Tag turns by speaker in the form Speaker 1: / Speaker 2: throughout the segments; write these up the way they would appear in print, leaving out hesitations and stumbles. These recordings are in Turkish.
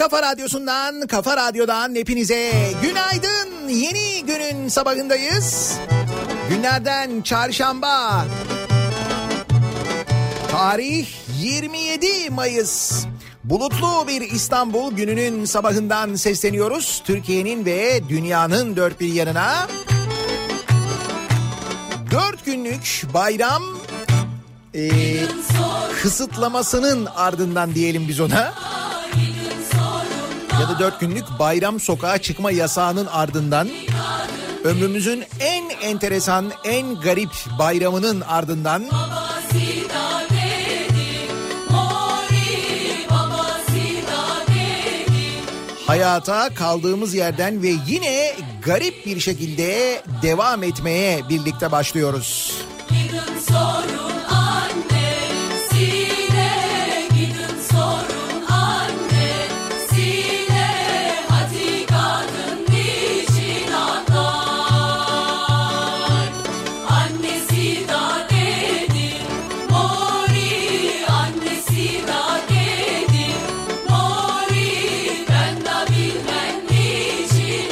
Speaker 1: Kafa Radyosu'ndan, Kafa Radyo'dan hepinize günaydın. Yeni günün sabahındayız. Günlerden çarşamba. Tarih 27 Mayıs. Bulutlu bir İstanbul gününün sabahından sesleniyoruz. Türkiye'nin ve dünyanın dört bir yanına. 4 günlük bayram kısıtlamasının ardından diyelim biz ona. Ya da 4 günlük bayram sokağa çıkma yasağının ardından, ömrümüzün en enteresan, en garip bayramının ardından hayata kaldığımız yerden ve yine garip bir şekilde devam etmeye birlikte başlıyoruz.
Speaker 2: Gidin sorun annesine, gidin sorun annesine, hadi kadın niçin ağlar? Annesi da dedim, mori, annesi da dedim, mori, ben de bilmem niçin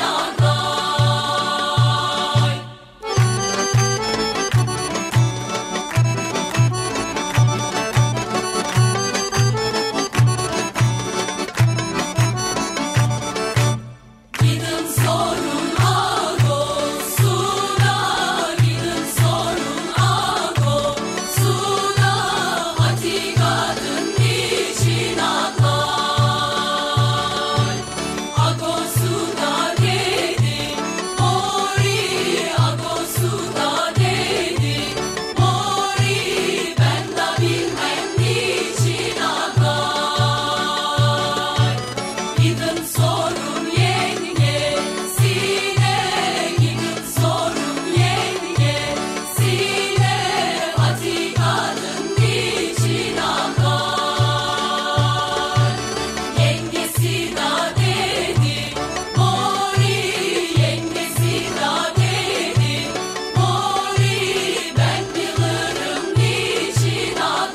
Speaker 2: ağlar. Gidin sorun ağosuna, gidin sorun ağosuna, hadi kadın niçin ağlar? Ağosuna dedim, mori, ağosuna dedim, mori, ben de bilmem niçin ağlar. Gidin sorun yengesine, gidin sorun yengesine, hadi kadın niçin ağlar? Yengesi da dedim, mori, yengesi da dedim, mori, ben bilirim niçin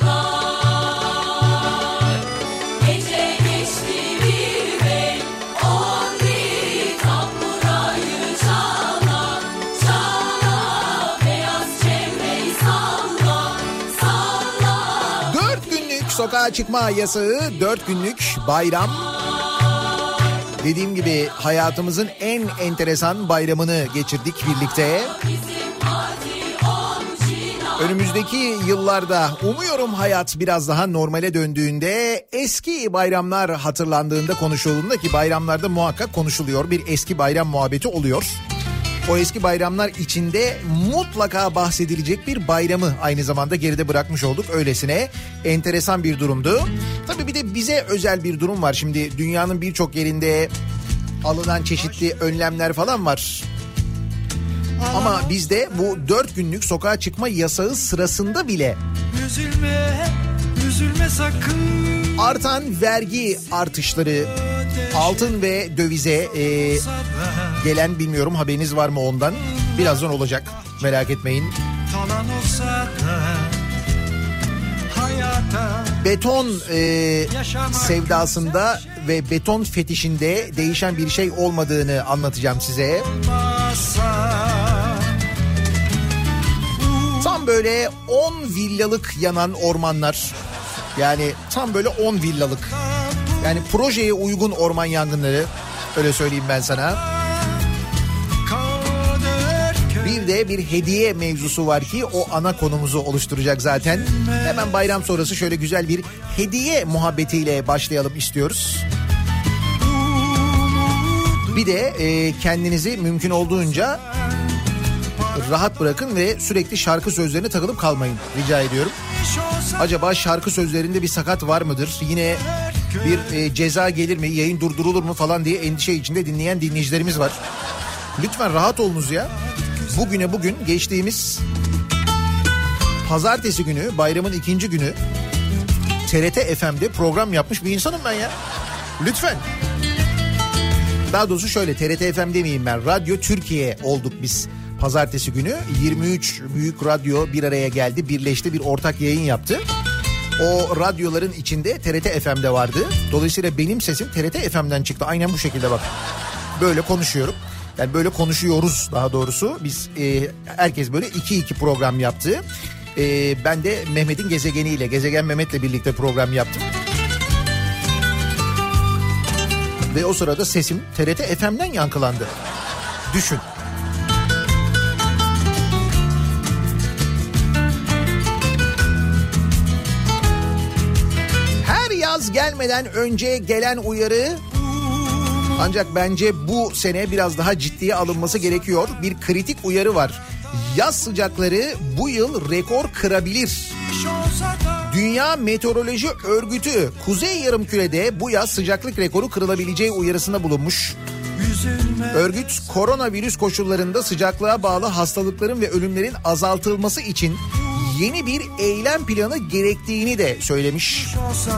Speaker 2: ağlar. Gece geçti bir bey, on bir tamburayı çala, çala, beyaz çevreyi salla, salla.
Speaker 1: 4 günlük sokağa çıkma yasağı, 4 günlük bayram. Dediğim gibi hayatımızın en enteresan bayramını geçirdik birlikte.
Speaker 2: Bizim hadi omcina.
Speaker 1: Önümüzdeki yıllarda umuyorum hayat biraz daha normale döndüğünde, eski bayramlar hatırlandığında konuşulduğunda, ki bayramlarda muhakkak konuşuluyor, bir eski bayram muhabbeti oluyor. O eski bayramlar içinde mutlaka bahsedilecek bir bayramı aynı zamanda geride bırakmış olduk. Öylesine enteresan bir durumdu. Tabii bir de bize özel bir durum var. Şimdi dünyanın birçok yerinde alınan çeşitli önlemler falan var. Ama bizde bu 4 günlük sokağa çıkma yasağı sırasında bile
Speaker 3: Üzülme, üzülme sakın.
Speaker 1: artan vergi artışları, altın ve dövize gelen, bilmiyorum haberiniz var mı ondan, birazdan olacak, merak etmeyin.
Speaker 3: Talan olsa da hayata
Speaker 1: Beton sevdasında ve beton fetişinde değişen bir şey olmadığını anlatacağım size.
Speaker 3: olmasa.
Speaker 1: Tam böyle 10 villalık yanan ormanlar, yani tam böyle 10 villalık, yani projeye uygun orman yangınları, öyle söyleyeyim ben sana. Bir de bir hediye mevzusu var ki o ana konumuzu oluşturacak zaten. Hemen bayram sonrası şöyle güzel bir hediye muhabbetiyle başlayalım istiyoruz. Bir de kendinizi mümkün olduğunca rahat bırakın ve sürekli şarkı sözlerine takılıp kalmayın, rica ediyorum. Acaba şarkı sözlerinde bir sakat var mıdır? Yine bir ceza gelir mi? Yayın durdurulur mu falan diye endişe içinde dinleyen dinleyicilerimiz var. Lütfen rahat olunuz ya. Bugüne bugün, geçtiğimiz pazartesi günü, bayramın 2. günü TRT FM'de program yapmış bir insanım ben ya. Lütfen. Daha doğrusu şöyle, TRT FM demeyeyim ben. Radyo Türkiye olduk biz pazartesi günü. 23 büyük radyo bir araya geldi, birleşti, bir ortak yayın yaptı. O radyoların içinde TRT FM'de vardı. Dolayısıyla benim sesim TRT FM'den çıktı. Aynen bu şekilde bak. Böyle konuşuyorum. Yani böyle konuşuyoruz daha doğrusu. Biz herkes böyle 2-2 program yaptı. Ben de Mehmet'in gezegeniyle, Gezegen Mehmet'le birlikte program yaptım. Ve o sırada sesim TRT FM'den yankılandı. Düşün. Her yaz gelmeden önce gelen uyarı, ancak bence bu sene biraz daha ciddiye alınması gerekiyor. Bir kritik uyarı var. Yaz sıcakları bu yıl rekor kırabilir. Dünya Meteoroloji Örgütü Kuzey Yarımküre'de bu yaz sıcaklık rekoru kırılabileceği uyarısında bulunmuş. Örgüt koronavirüs koşullarında sıcaklığa bağlı hastalıkların ve ölümlerin azaltılması için yeni bir eylem planı gerektiğini de söylemiş.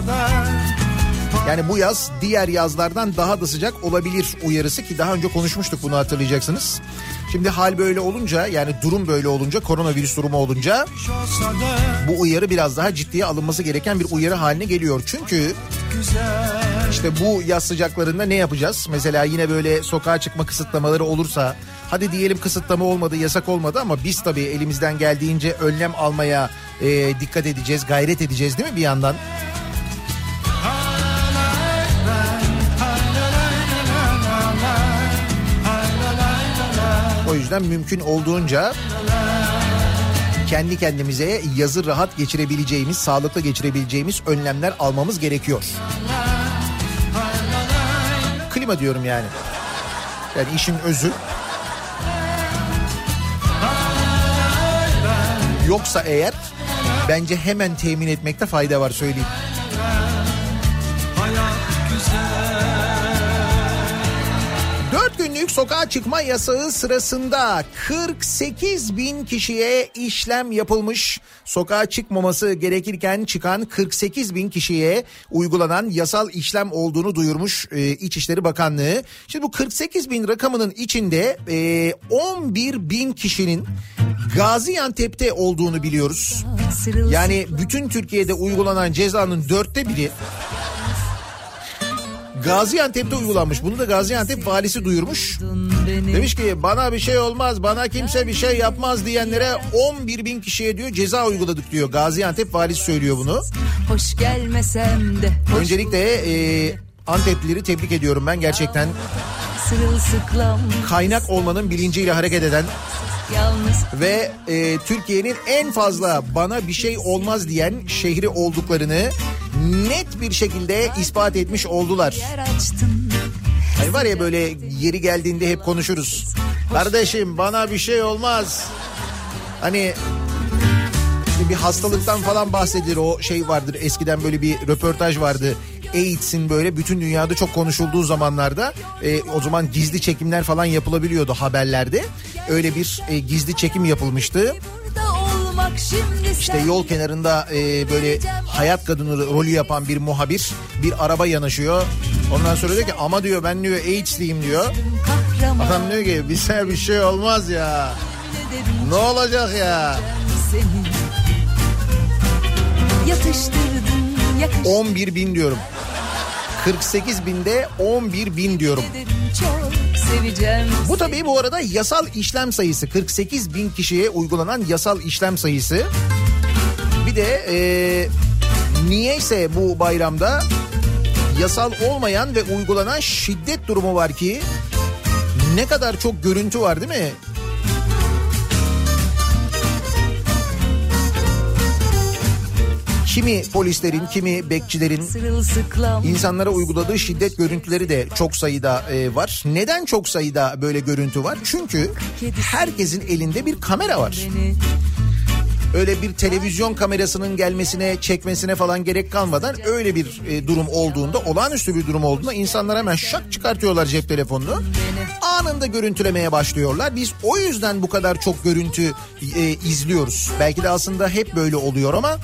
Speaker 1: Yani bu yaz diğer yazlardan daha da sıcak olabilir uyarısı, ki daha önce konuşmuştuk bunu, hatırlayacaksınız. Şimdi hal böyle olunca, yani durum böyle olunca, koronavirüs durumu olunca bu uyarı biraz daha ciddiye alınması gereken bir uyarı haline geliyor. Çünkü işte bu yaz sıcaklarında ne yapacağız? Mesela yine böyle sokağa çıkma kısıtlamaları olursa, hadi diyelim kısıtlama olmadı, yasak olmadı ama biz tabii elimizden geldiğince önlem almaya dikkat edeceğiz, gayret edeceğiz değil mi bir yandan? O yüzden mümkün olduğunca kendi kendimize yazı rahat geçirebileceğimiz, sağlıklı geçirebileceğimiz önlemler almamız gerekiyor. Klima diyorum yani. Yani işin özü. Yoksa eğer, bence hemen temin etmekte fayda var, söyleyeyim. 4 günlük sokağa çıkma yasağı sırasında 48 bin kişiye işlem yapılmış. Sokağa çıkmaması gerekirken çıkan 48 bin kişiye uygulanan yasal işlem olduğunu duyurmuş İçişleri Bakanlığı. Şimdi bu 48 bin rakamının içinde 11 bin kişinin Gaziantep'te olduğunu biliyoruz. Yani bütün Türkiye'de uygulanan cezanın 1/4 Gaziantep'te uygulanmış. Bunu da Gaziantep valisi duyurmuş. Demiş ki bana bir şey olmaz, bana kimse bir şey yapmaz diyenlere 11 bin kişiye diyor ceza uyguladık diyor. Gaziantep valisi söylüyor bunu. Hoş gelmesem de. Öncelikle Anteplileri tebrik ediyorum ben gerçekten. Kaynak olmanın bilinciyle hareket eden ve Türkiye'nin en fazla bana bir şey olmaz diyen şehri olduklarını net bir şekilde ispat etmiş oldular. Hani var ya, böyle yeri geldiğinde hep konuşuruz. Kardeşim bana bir şey olmaz. Hani bir hastalıktan falan bahsedilir, o şey vardır, eskiden böyle bir röportaj vardı. AIDS'in böyle bütün dünyada çok konuşulduğu zamanlarda o zaman gizli çekimler falan yapılabiliyordu haberlerde. Öyle bir gizli çekim yapılmıştı. İşte yol kenarında böyle hayat kadını rolü yapan bir muhabir bir araba yanaşıyor. Ondan sonra diyor ki ama diyor ben diyor AIDS'liyim diyor. Adam diyor ki bize bir şey olmaz ya. Ne olacak ya? 11 bin diyorum. 48 binde 11 bin diyorum. Bu tabii bu arada yasal işlem sayısı. 48 bin kişiye uygulanan yasal işlem sayısı. Bir de niyeyse bu bayramda yasal olmayan ve uygulanan şiddet durumu var ki ne kadar çok görüntü var değil mi? Kimi polislerin, kimi bekçilerin insanlara uyguladığı şiddet görüntüleri de çok sayıda var. Neden çok sayıda böyle görüntü var? Çünkü herkesin elinde bir kamera var. Öyle bir televizyon kamerasının gelmesine, çekmesine falan gerek kalmadan öyle bir durum olduğunda, olağanüstü bir durum olduğunda insanlar hemen şak çıkartıyorlar cep telefonunu. Anında görüntülemeye başlıyorlar. Biz o yüzden bu kadar çok görüntü izliyoruz. Belki de aslında hep böyle oluyor ama...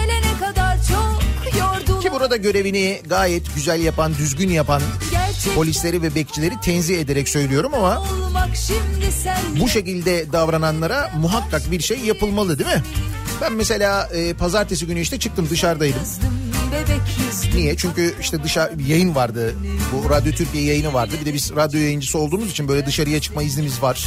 Speaker 1: Ki burada görevini gayet güzel yapan, düzgün yapan polisleri ve bekçileri tenzih ederek söylüyorum ama bu şekilde davrananlara muhakkak bir şey yapılmalı değil mi? Ben mesela pazartesi günü işte çıktım, dışarıdaydım. Niye? Çünkü işte dışarı yayın vardı. Bu Radyo Türkiye yayını vardı. Bir de biz radyo yayıncısı olduğumuz için böyle dışarıya çıkma iznimiz var.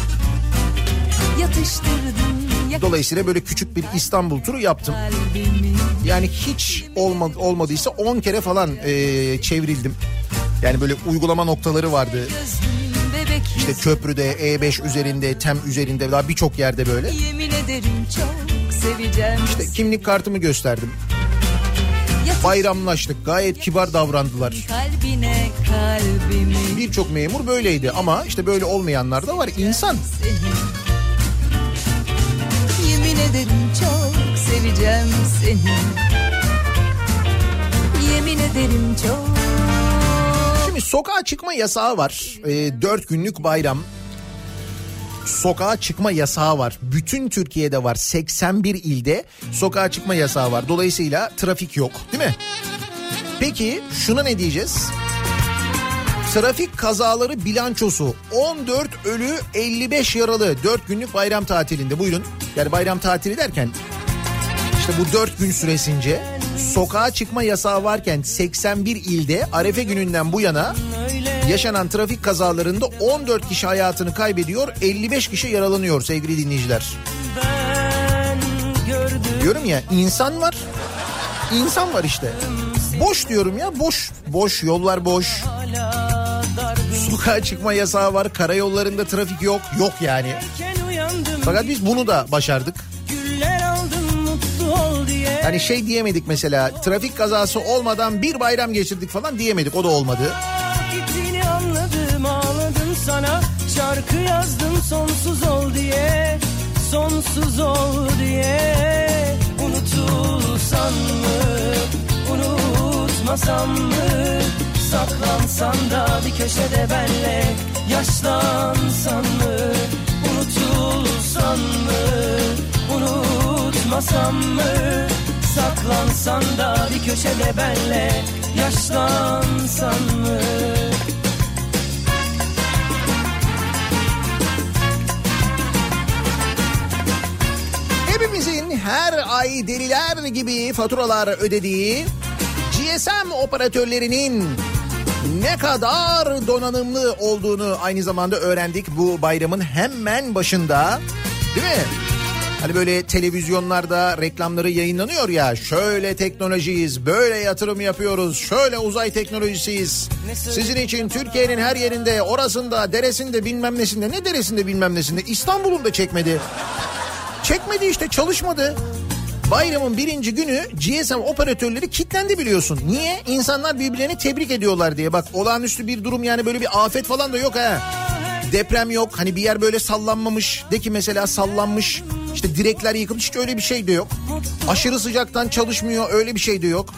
Speaker 1: Dolayısıyla böyle küçük bir İstanbul turu yaptım. Yani hiç olmadıysa 10 kere falan çevrildim. Yani böyle uygulama noktaları vardı. İşte köprüde, E5 üzerinde, TEM üzerinde, daha birçok yerde böyle.
Speaker 4: Yemin ederim çok seveceğim.
Speaker 1: İşte kimlik kartımı gösterdim. Bayramlaştık, gayet kibar davrandılar.
Speaker 4: Kalbine kalbimi.
Speaker 1: Birçok memur böyleydi ama işte böyle olmayanlar da var. İnsan.
Speaker 4: Yemin ederim çok seveceğim seni. Yemin ederim çok.
Speaker 1: Şimdi sokağa çıkma yasağı var. 4 günlük bayram. Sokağa çıkma yasağı var. Bütün Türkiye'de var. 81 ilde sokağa çıkma yasağı var. Dolayısıyla trafik yok, değil mi? Peki şuna ne diyeceğiz? Trafik kazaları bilançosu 14 ölü 55 yaralı 4 günlük bayram tatilinde. Buyurun. Yani bayram tatili derken işte bu 4 gün süresince sokağa çıkma yasağı varken 81 ilde Arefe gününden bu yana yaşanan trafik kazalarında 14 kişi hayatını kaybediyor, 55 kişi yaralanıyor sevgili dinleyiciler. Diyorum ya, insan var. İnsan var işte. Boş diyorum ya, boş. Boş, yollar boş. Sokağa çıkma yasağı var, karayollarında trafik yok. Yok yani. Fakat biz bunu da başardık. Hani şey diyemedik mesela, trafik kazası olmadan bir bayram geçirdik falan diyemedik, o da olmadı.
Speaker 5: Gittiğini anladım, ağladım sana, şarkı yazdım sonsuz ol diye, sonsuz ol diye. Unutulsan mı, unutmasam mı, saklansan da bir köşede benle yaşlansan mı, unutulsan mı, unutmasam mı, saklansan da bir köşede benle yaşlansan mı?
Speaker 1: Hepimizin her ay deliler gibi faturalar ödediği GSM operatörlerinin ne kadar donanımlı olduğunu aynı zamanda öğrendik bu bayramın hemen başında, değil mi? Hani böyle televizyonlarda reklamları yayınlanıyor ya, şöyle teknolojiyiz, böyle yatırım yapıyoruz, şöyle uzay teknolojisiyiz. Sizin için Türkiye'nin her yerinde, orasında, deresinde, bilmem nesinde, ne deresinde bilmem nesinde, İstanbul'un da çekmedi. Çekmedi işte, çalışmadı. Bayramın birinci günü GSM operatörleri kilitlendi biliyorsun. Niye? İnsanlar birbirlerini tebrik ediyorlar diye. Bak, olağanüstü bir durum yani, böyle bir afet falan da yok ha. Deprem yok, hani bir yer böyle sallanmamış, de ki mesela sallanmış, işte direkler yıkılmış, hiç öyle bir şey de yok. Aşırı sıcaktan çalışmıyor, öyle bir şey de yok.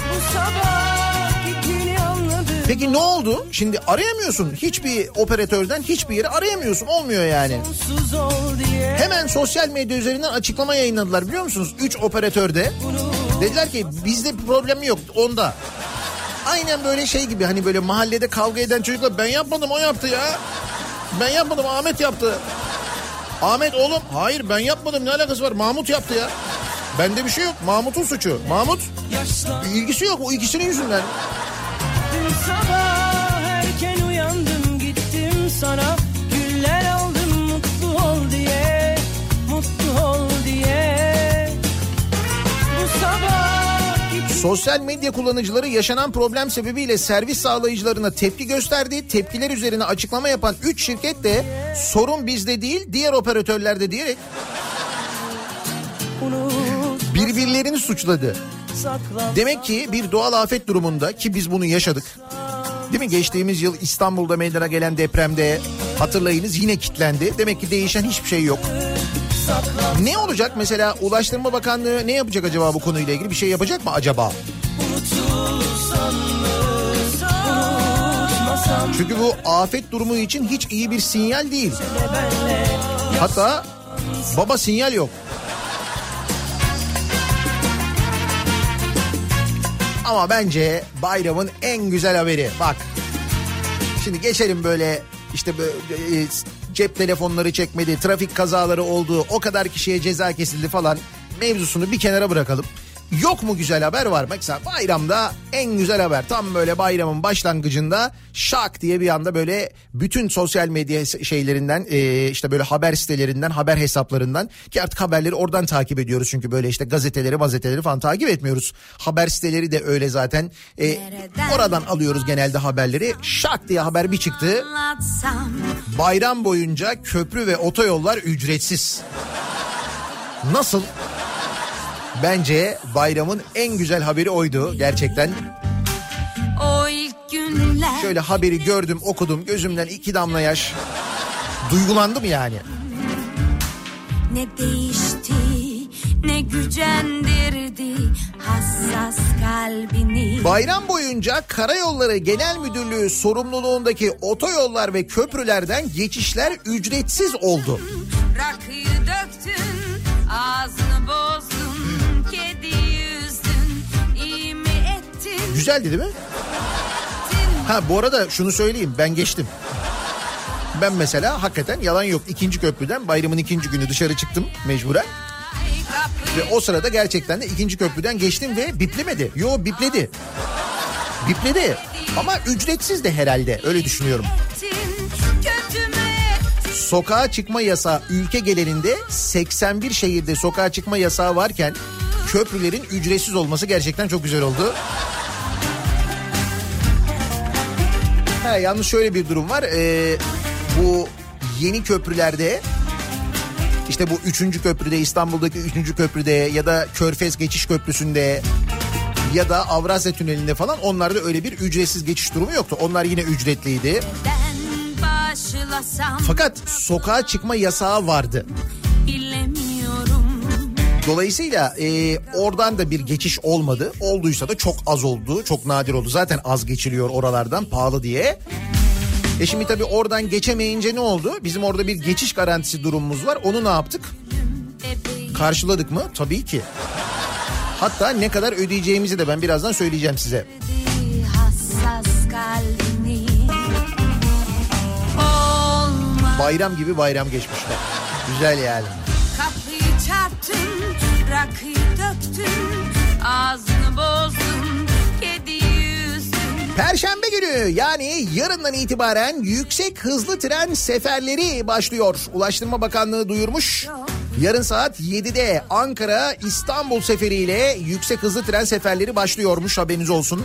Speaker 1: Peki ne oldu? Şimdi arayamıyorsun, hiçbir operatörden hiçbir yeri arayamıyorsun, olmuyor yani. Hemen sosyal medya üzerinden açıklama yayınladılar biliyor musunuz? 3 operatörde dediler ki bizde problem yok, onda. Aynen böyle şey gibi, hani böyle mahallede kavga eden çocuklar, ben yapmadım, o yaptı ya. Ben yapmadım, Ahmet yaptı. Ahmet oğlum, hayır ben yapmadım, ne alakası var, Mahmut yaptı ya. Bende bir şey yok, Mahmut'un suçu. Mahmut, ilgisi yok, o ikisinin yüzünden.
Speaker 5: Dün sabah erken uyandım, gittim sana, güller aldım mutlu ol diye, mutlu ol diye. Bu sabah
Speaker 1: Sosyal medya kullanıcıları yaşanan problem sebebiyle servis sağlayıcılarına tepki gösterdi. Tepkiler üzerine açıklama yapan 3 şirket de sorun bizde değil, diğer operatörlerde diyerek birbirlerini suçladı. Demek ki bir doğal afet durumunda, ki biz bunu yaşadık, değil mi? Geçtiğimiz yıl İstanbul'da meydana gelen depremde hatırlayınız, yine kilitlendi. Demek ki değişen hiçbir şey yok. Ne olacak mesela, Ulaştırma Bakanlığı ne yapacak acaba bu konuyla ilgili, bir şey yapacak mı acaba? Çünkü bu afet durumu için hiç iyi bir sinyal değil. Hatta baba sinyal yok. Ama bence bayramın en güzel haberi, bak. Şimdi geçelim böyle işte böyle, cep telefonları çekmedi, trafik kazaları oldu, o kadar kişiye ceza kesildi falan. mevzusunu bir kenara bırakalım. Yok mu güzel haber? Var. Mesela bayramda en güzel haber, tam böyle bayramın başlangıcında şak diye bir anda böyle bütün sosyal medya şeylerinden, işte böyle haber sitelerinden, haber hesaplarından, ki artık haberleri oradan takip ediyoruz çünkü böyle işte gazeteleri falan takip etmiyoruz. Haber siteleri de öyle zaten. Oradan alıyoruz genelde haberleri. Şak diye haber bir çıktı. Bayram boyunca köprü ve otoyollar ücretsiz. Nasıl? Bence bayramın en güzel haberi oydu gerçekten.
Speaker 2: O ilk günler
Speaker 1: Şöyle haberi gördüm, okudum, gözümden 2 damla yaş. Duygulandım yani.
Speaker 2: ne değişti, ne gücendirdi hassas kalbini.
Speaker 1: Bayram boyunca Karayolları Genel Müdürlüğü sorumluluğundaki otoyollar ve köprülerden geçişler ücretsiz oldu.
Speaker 2: Rakıyı döktün, ağzını bozdun, kedi yüzdün, iyi mi ettin?
Speaker 1: Güzeldi değil mi? Ha bu arada şunu söyleyeyim, ben geçtim. Ben mesela hakikaten yalan yok, 2. köprüden bayramın 2. günü dışarı çıktım mecburen. Ve o sırada gerçekten de 2. köprüden geçtim ve biplemedi. Yo bipledi. Bipledi ama ücretsiz de herhalde, öyle düşünüyorum. Sokağa çıkma yasağı ülke genelinde 81 şehirde sokağa çıkma yasağı varken köprülerin ücretsiz olması gerçekten çok güzel oldu. Yalnız şöyle bir durum var. Bu yeni köprülerde, işte bu 3. köprüde, İstanbul'daki 3. köprüde ya da Körfez Geçiş Köprüsü'nde ya da Avrasya Tüneli'nde falan, onlarda öyle bir ücretsiz geçiş durumu yoktu. Onlar yine ücretliydi. Fakat sokağa çıkma yasağı vardı. Dolayısıyla oradan da bir geçiş olmadı. Olduysa da çok az oldu, çok nadir oldu. Zaten az geçiliyor oralardan, pahalı diye. Şimdi tabii oradan geçemeyince ne oldu? Bizim orada bir geçiş garantisi durumumuz var. Onu ne yaptık? Karşıladık mı? Tabii ki. Hatta ne kadar ödeyeceğimizi de ben birazdan söyleyeceğim size. Bayram gibi bayram geçmişler. Güzel yani.
Speaker 2: Kapıyı çarptın, rakıyı döktün, ağzını bozdun, kedi yüzdün.
Speaker 1: Perşembe günü, yani yarından itibaren yüksek hızlı tren seferleri başlıyor. Ulaştırma Bakanlığı duyurmuş. Yarın saat 7'de Ankara İstanbul seferiyle yüksek hızlı tren seferleri başlıyormuş, haberiniz olsun.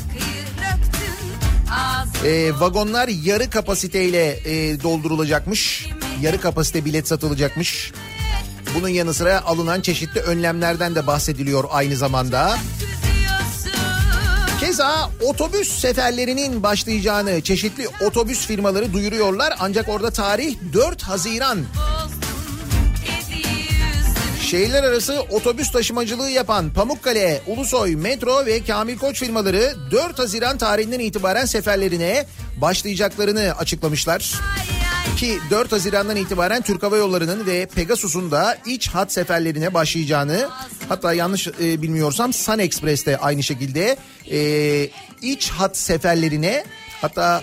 Speaker 1: Vagonlar yarı kapasiteyle doldurulacakmış. Yarı kapasite bilet satılacakmış. Bunun yanı sıra alınan çeşitli önlemlerden de bahsediliyor aynı zamanda. Keza otobüs seferlerinin başlayacağını çeşitli otobüs firmaları duyuruyorlar. Ancak orada tarih 4 Haziran. Şehirler arası otobüs taşımacılığı yapan Pamukkale, Ulusoy, Metro ve Kamil Koç firmaları 4 Haziran tarihinden itibaren seferlerine başlayacaklarını açıklamışlar. Ki 4 Haziran'dan itibaren Türk Hava Yolları'nın ve Pegasus'un da iç hat seferlerine başlayacağını, hatta yanlış bilmiyorsam Sun Express de aynı şekilde iç hat seferlerine, hatta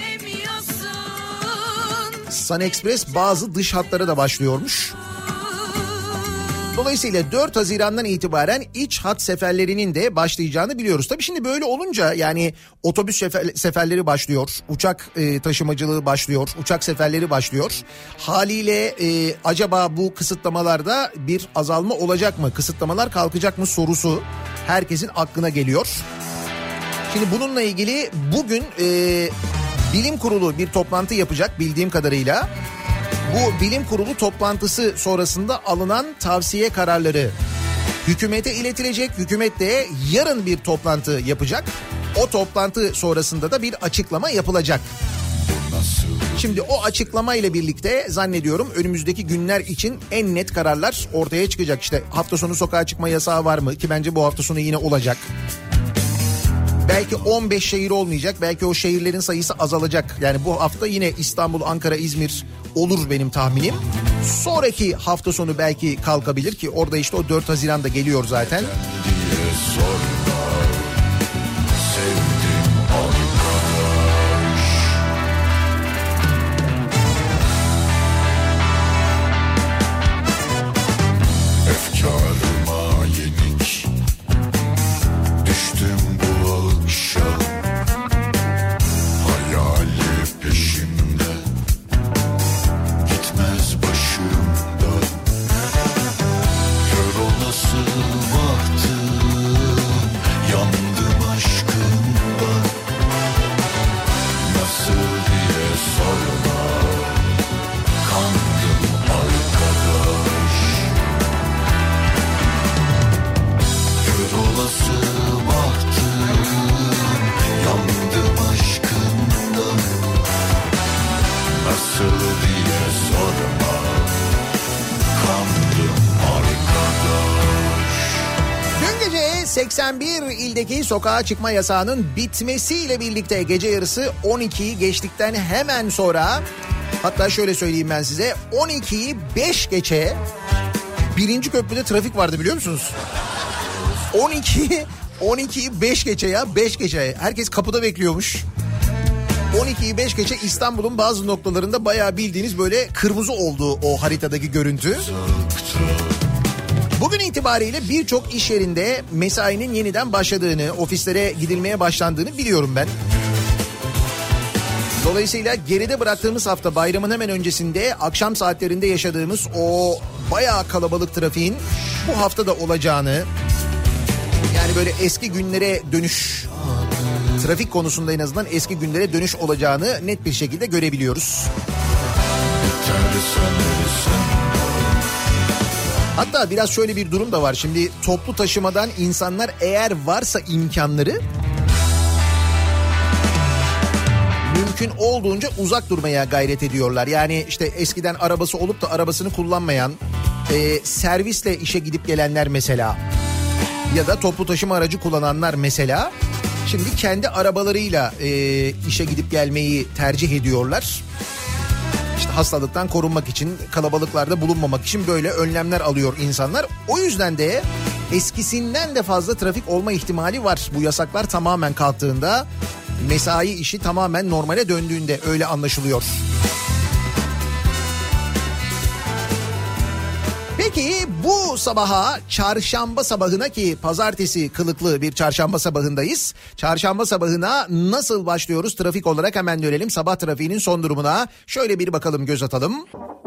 Speaker 1: Sun Express bazı dış hatlara da başlıyormuş. Dolayısıyla 4 Haziran'dan itibaren iç hat seferlerinin de başlayacağını biliyoruz. Tabii şimdi böyle olunca, yani otobüs seferleri başlıyor, uçak taşımacılığı başlıyor, uçak seferleri başlıyor. Haliyle acaba bu kısıtlamalarda bir azalma olacak mı? Kısıtlamalar kalkacak mı sorusu herkesin aklına geliyor. Şimdi bununla ilgili bugün bilim kurulu bir toplantı yapacak bildiğim kadarıyla. Bu bilim kurulu toplantısı sonrasında alınan tavsiye kararları hükümete iletilecek. Hükümet de yarın bir toplantı yapacak. O toplantı sonrasında da bir açıklama yapılacak. Şimdi o açıklama ile birlikte zannediyorum önümüzdeki günler için en net kararlar ortaya çıkacak. İşte hafta sonu sokağa çıkma yasağı var mı? Ki bence bu hafta sonu yine olacak. Belki 15 şehir olmayacak. Belki o şehirlerin sayısı azalacak. Yani bu hafta yine İstanbul, Ankara, İzmir olur benim tahminim. Sonraki hafta sonu belki kalkabilir ki orada işte o 4 Haziran'da geliyor zaten.
Speaker 6: Efkarım
Speaker 1: 81 ildeki sokağa çıkma yasağının bitmesiyle birlikte gece yarısı 12'yi geçtikten hemen sonra, hatta şöyle söyleyeyim ben size, 12'yi 5 geçe birinci köprüde trafik vardı biliyor musunuz? 12'yi 5 geçe ya, 5 geçe. Herkes kapıda bekliyormuş. 12'yi 5 geçe İstanbul'un bazı noktalarında bayağı bildiğiniz böyle kırmızı oldu o haritadaki görüntü. Bugün itibariyle birçok iş yerinde mesainin yeniden başladığını, ofislere gidilmeye başlandığını biliyorum ben. Dolayısıyla geride bıraktığımız hafta, bayramın hemen öncesinde akşam saatlerinde yaşadığımız o bayağı kalabalık trafiğin bu hafta da olacağını, yani böyle eski günlere dönüş, trafik konusunda en azından eski günlere dönüş olacağını net bir şekilde görebiliyoruz. Hatta biraz şöyle bir durum da var. Şimdi toplu taşımadan insanlar eğer varsa imkanları, mümkün olduğunca uzak durmaya gayret ediyorlar. Yani işte eskiden arabası olup da arabasını kullanmayan, servisle işe gidip gelenler mesela, ya da toplu taşıma aracı kullananlar mesela, şimdi kendi arabalarıyla işe gidip gelmeyi tercih ediyorlar. İşte hastalıktan korunmak için, kalabalıklarda bulunmamak için böyle önlemler alıyor insanlar. O yüzden de eskisinden de fazla trafik olma ihtimali var. Bu yasaklar tamamen kalktığında, mesai işi tamamen normale döndüğünde öyle anlaşılıyor. Peki bu sabaha, çarşamba sabahına, ki pazartesi kılıklı bir çarşamba sabahındayız. Çarşamba sabahına nasıl başlıyoruz trafik olarak, hemen dönelim sabah trafiğinin son durumuna. Şöyle bir bakalım, göz atalım.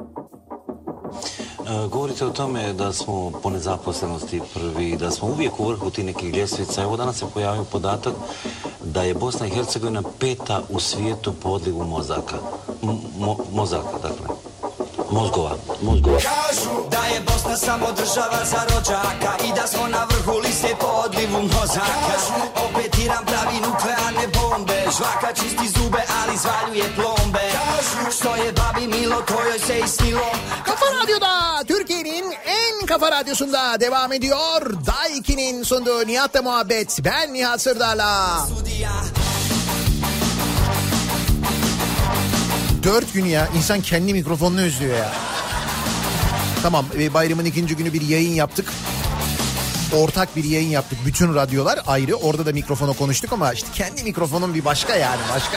Speaker 6: Govorite o tome da smo po nezaposlenosti prvi, da smo uvijek u vrhu tih nekih ljestvica. Evo danas se pojavio podatak da je Bosna i Hercegovina 5. u svijetu po odlivu mozaka. Mozaka, dakle. Mozgova.
Speaker 7: Kažu da je Bosna samo država za rođaka i da smo na vrhu liste po odlivu mozaka. Opet Iran pravi nuklearne bombe, žvaka čisti zube ali zvaljuje plombe. Što je babi Milo, to joj se isnilo.
Speaker 1: Kafa Radyo'da, Türkiye'nin en kafa radyosunda devam ediyor. Daiki'nin sunduğu Nihat'la muhabbet. Ben Nihat Sırdar'la. 4 gün ya, insan kendi mikrofonunu özlüyor ya. Tamam, bayramın ikinci günü bir yayın yaptık. Ortak bir yayın yaptık. Bütün radyolar ayrı. Orada da mikrofona konuştuk ama işte kendi mikrofonun bir başka, yani başka.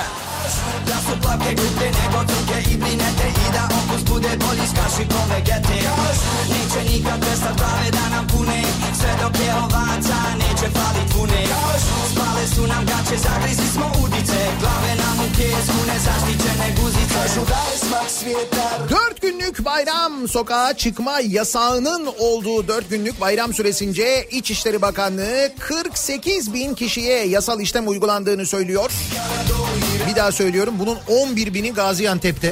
Speaker 1: Dört günlük bayram sokağa çıkma yasağının olduğu 4 günlük bayram süresince İçişleri Bakanlığı 48 bin kişiye yasal işlem uygulandığını söylüyor. Bir daha söylüyorum, bunun 11 bini Gaziantep'te.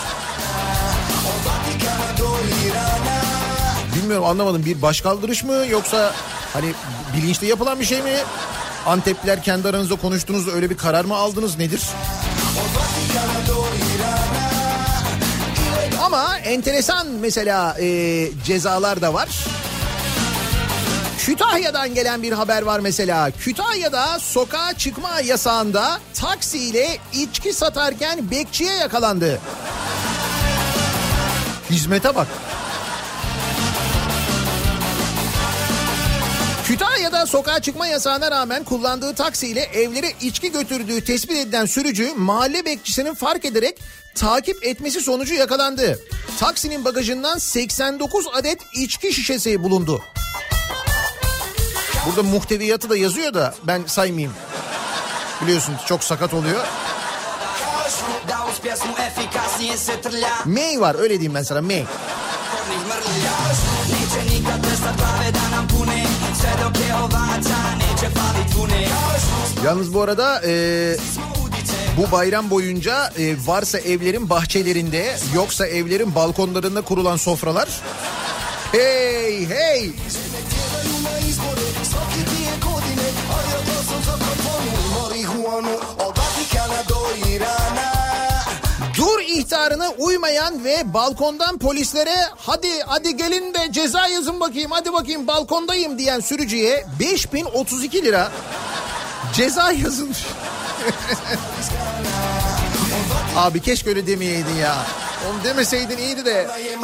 Speaker 1: Bilmiyorum, anlamadım, bir başkaldırış mı yoksa hani bilinçli yapılan bir şey mi? Antepliler kendi aranızda konuştunuz da öyle bir karar mı aldınız, nedir? Ama enteresan mesela cezalar da var. Kütahya'dan gelen bir haber var mesela. Kütahya'da sokağa çıkma yasağında taksiyle içki satarken bekçiye yakalandı. Hizmete bak. Kütahya'da sokağa çıkma yasağına rağmen kullandığı taksiyle evlere içki götürdüğü tespit edilen sürücü mahalle bekçisinin fark ederek takip etmesi sonucu yakalandı. Taksinin bagajından 89 adet içki şişesi bulundu. Burada muhteviyatı da yazıyor da ben saymayayım. Biliyorsunuz çok sakat oluyor. May var, öyle diyeyim ben sana, May. Yalnız bu arada bu bayram boyunca varsa evlerin bahçelerinde, yoksa evlerin balkonlarında kurulan sofralar, hey hey, dur ihtarına uymayan uyumayan ve balkondan polislere hadi gelin de ceza yazın bakayım, hadi bakayım balkondayım diyen sürücüye 5032 lira ceza yazılmış. Abi keşke öyle demeyeydin ya. Onu demeseydin iyiydi de.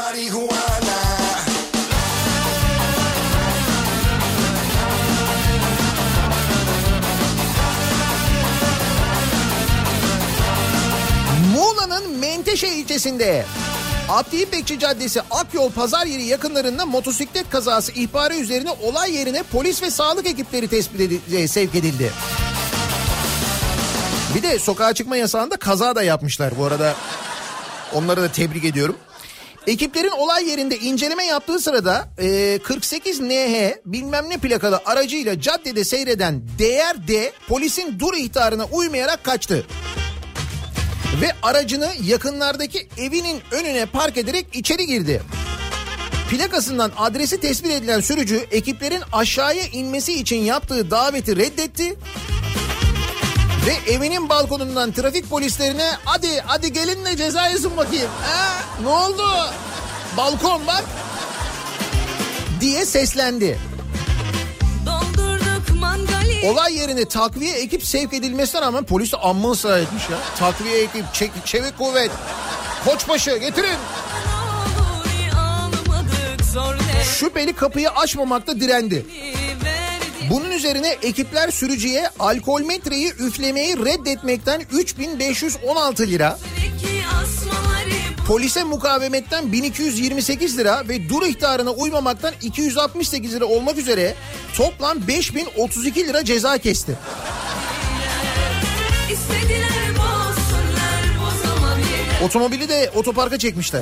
Speaker 1: Muğla'nın Menteşe ilçesinde Abdi İpekçi Caddesi Akyol Pazar Yeri yakınlarında motosiklet kazası ihbarı üzerine olay yerine polis ve sağlık ekipleri sevk edildi. Bir de sokağa çıkma yasağında kaza da yapmışlar bu arada. Onları da tebrik ediyorum. Ekiplerin olay yerinde inceleme yaptığı sırada 48 NH bilmem ne plakalı aracıyla caddede seyreden D polisin dur ihtarına uymayarak kaçtı. Ve aracını yakınlardaki evinin önüne park ederek içeri girdi. Plakasından adresi tespit edilen sürücü ekiplerin aşağıya inmesi için yaptığı daveti reddetti. Ve evinin balkonundan trafik polislerine hadi gelin de ceza yazın bakayım. Ne oldu? Balkon bak diye seslendi. Olay yerine takviye ekip sevk edilmesine rağmen polis de amma ısrar etmiş ya. Takviye ekip, çevik kuvvet, Koçbaşı getirin. Şüpheli kapıyı açmamakta direndi. Bunun üzerine ekipler sürücüye alkolmetreyi üflemeyi reddetmekten 3516 lira, polise mukavemetten 1228 lira ve dur ihtarına uymamaktan 268 lira olmak üzere toplam 5032 lira ceza kesti. Otomobili de otoparka çekmişler.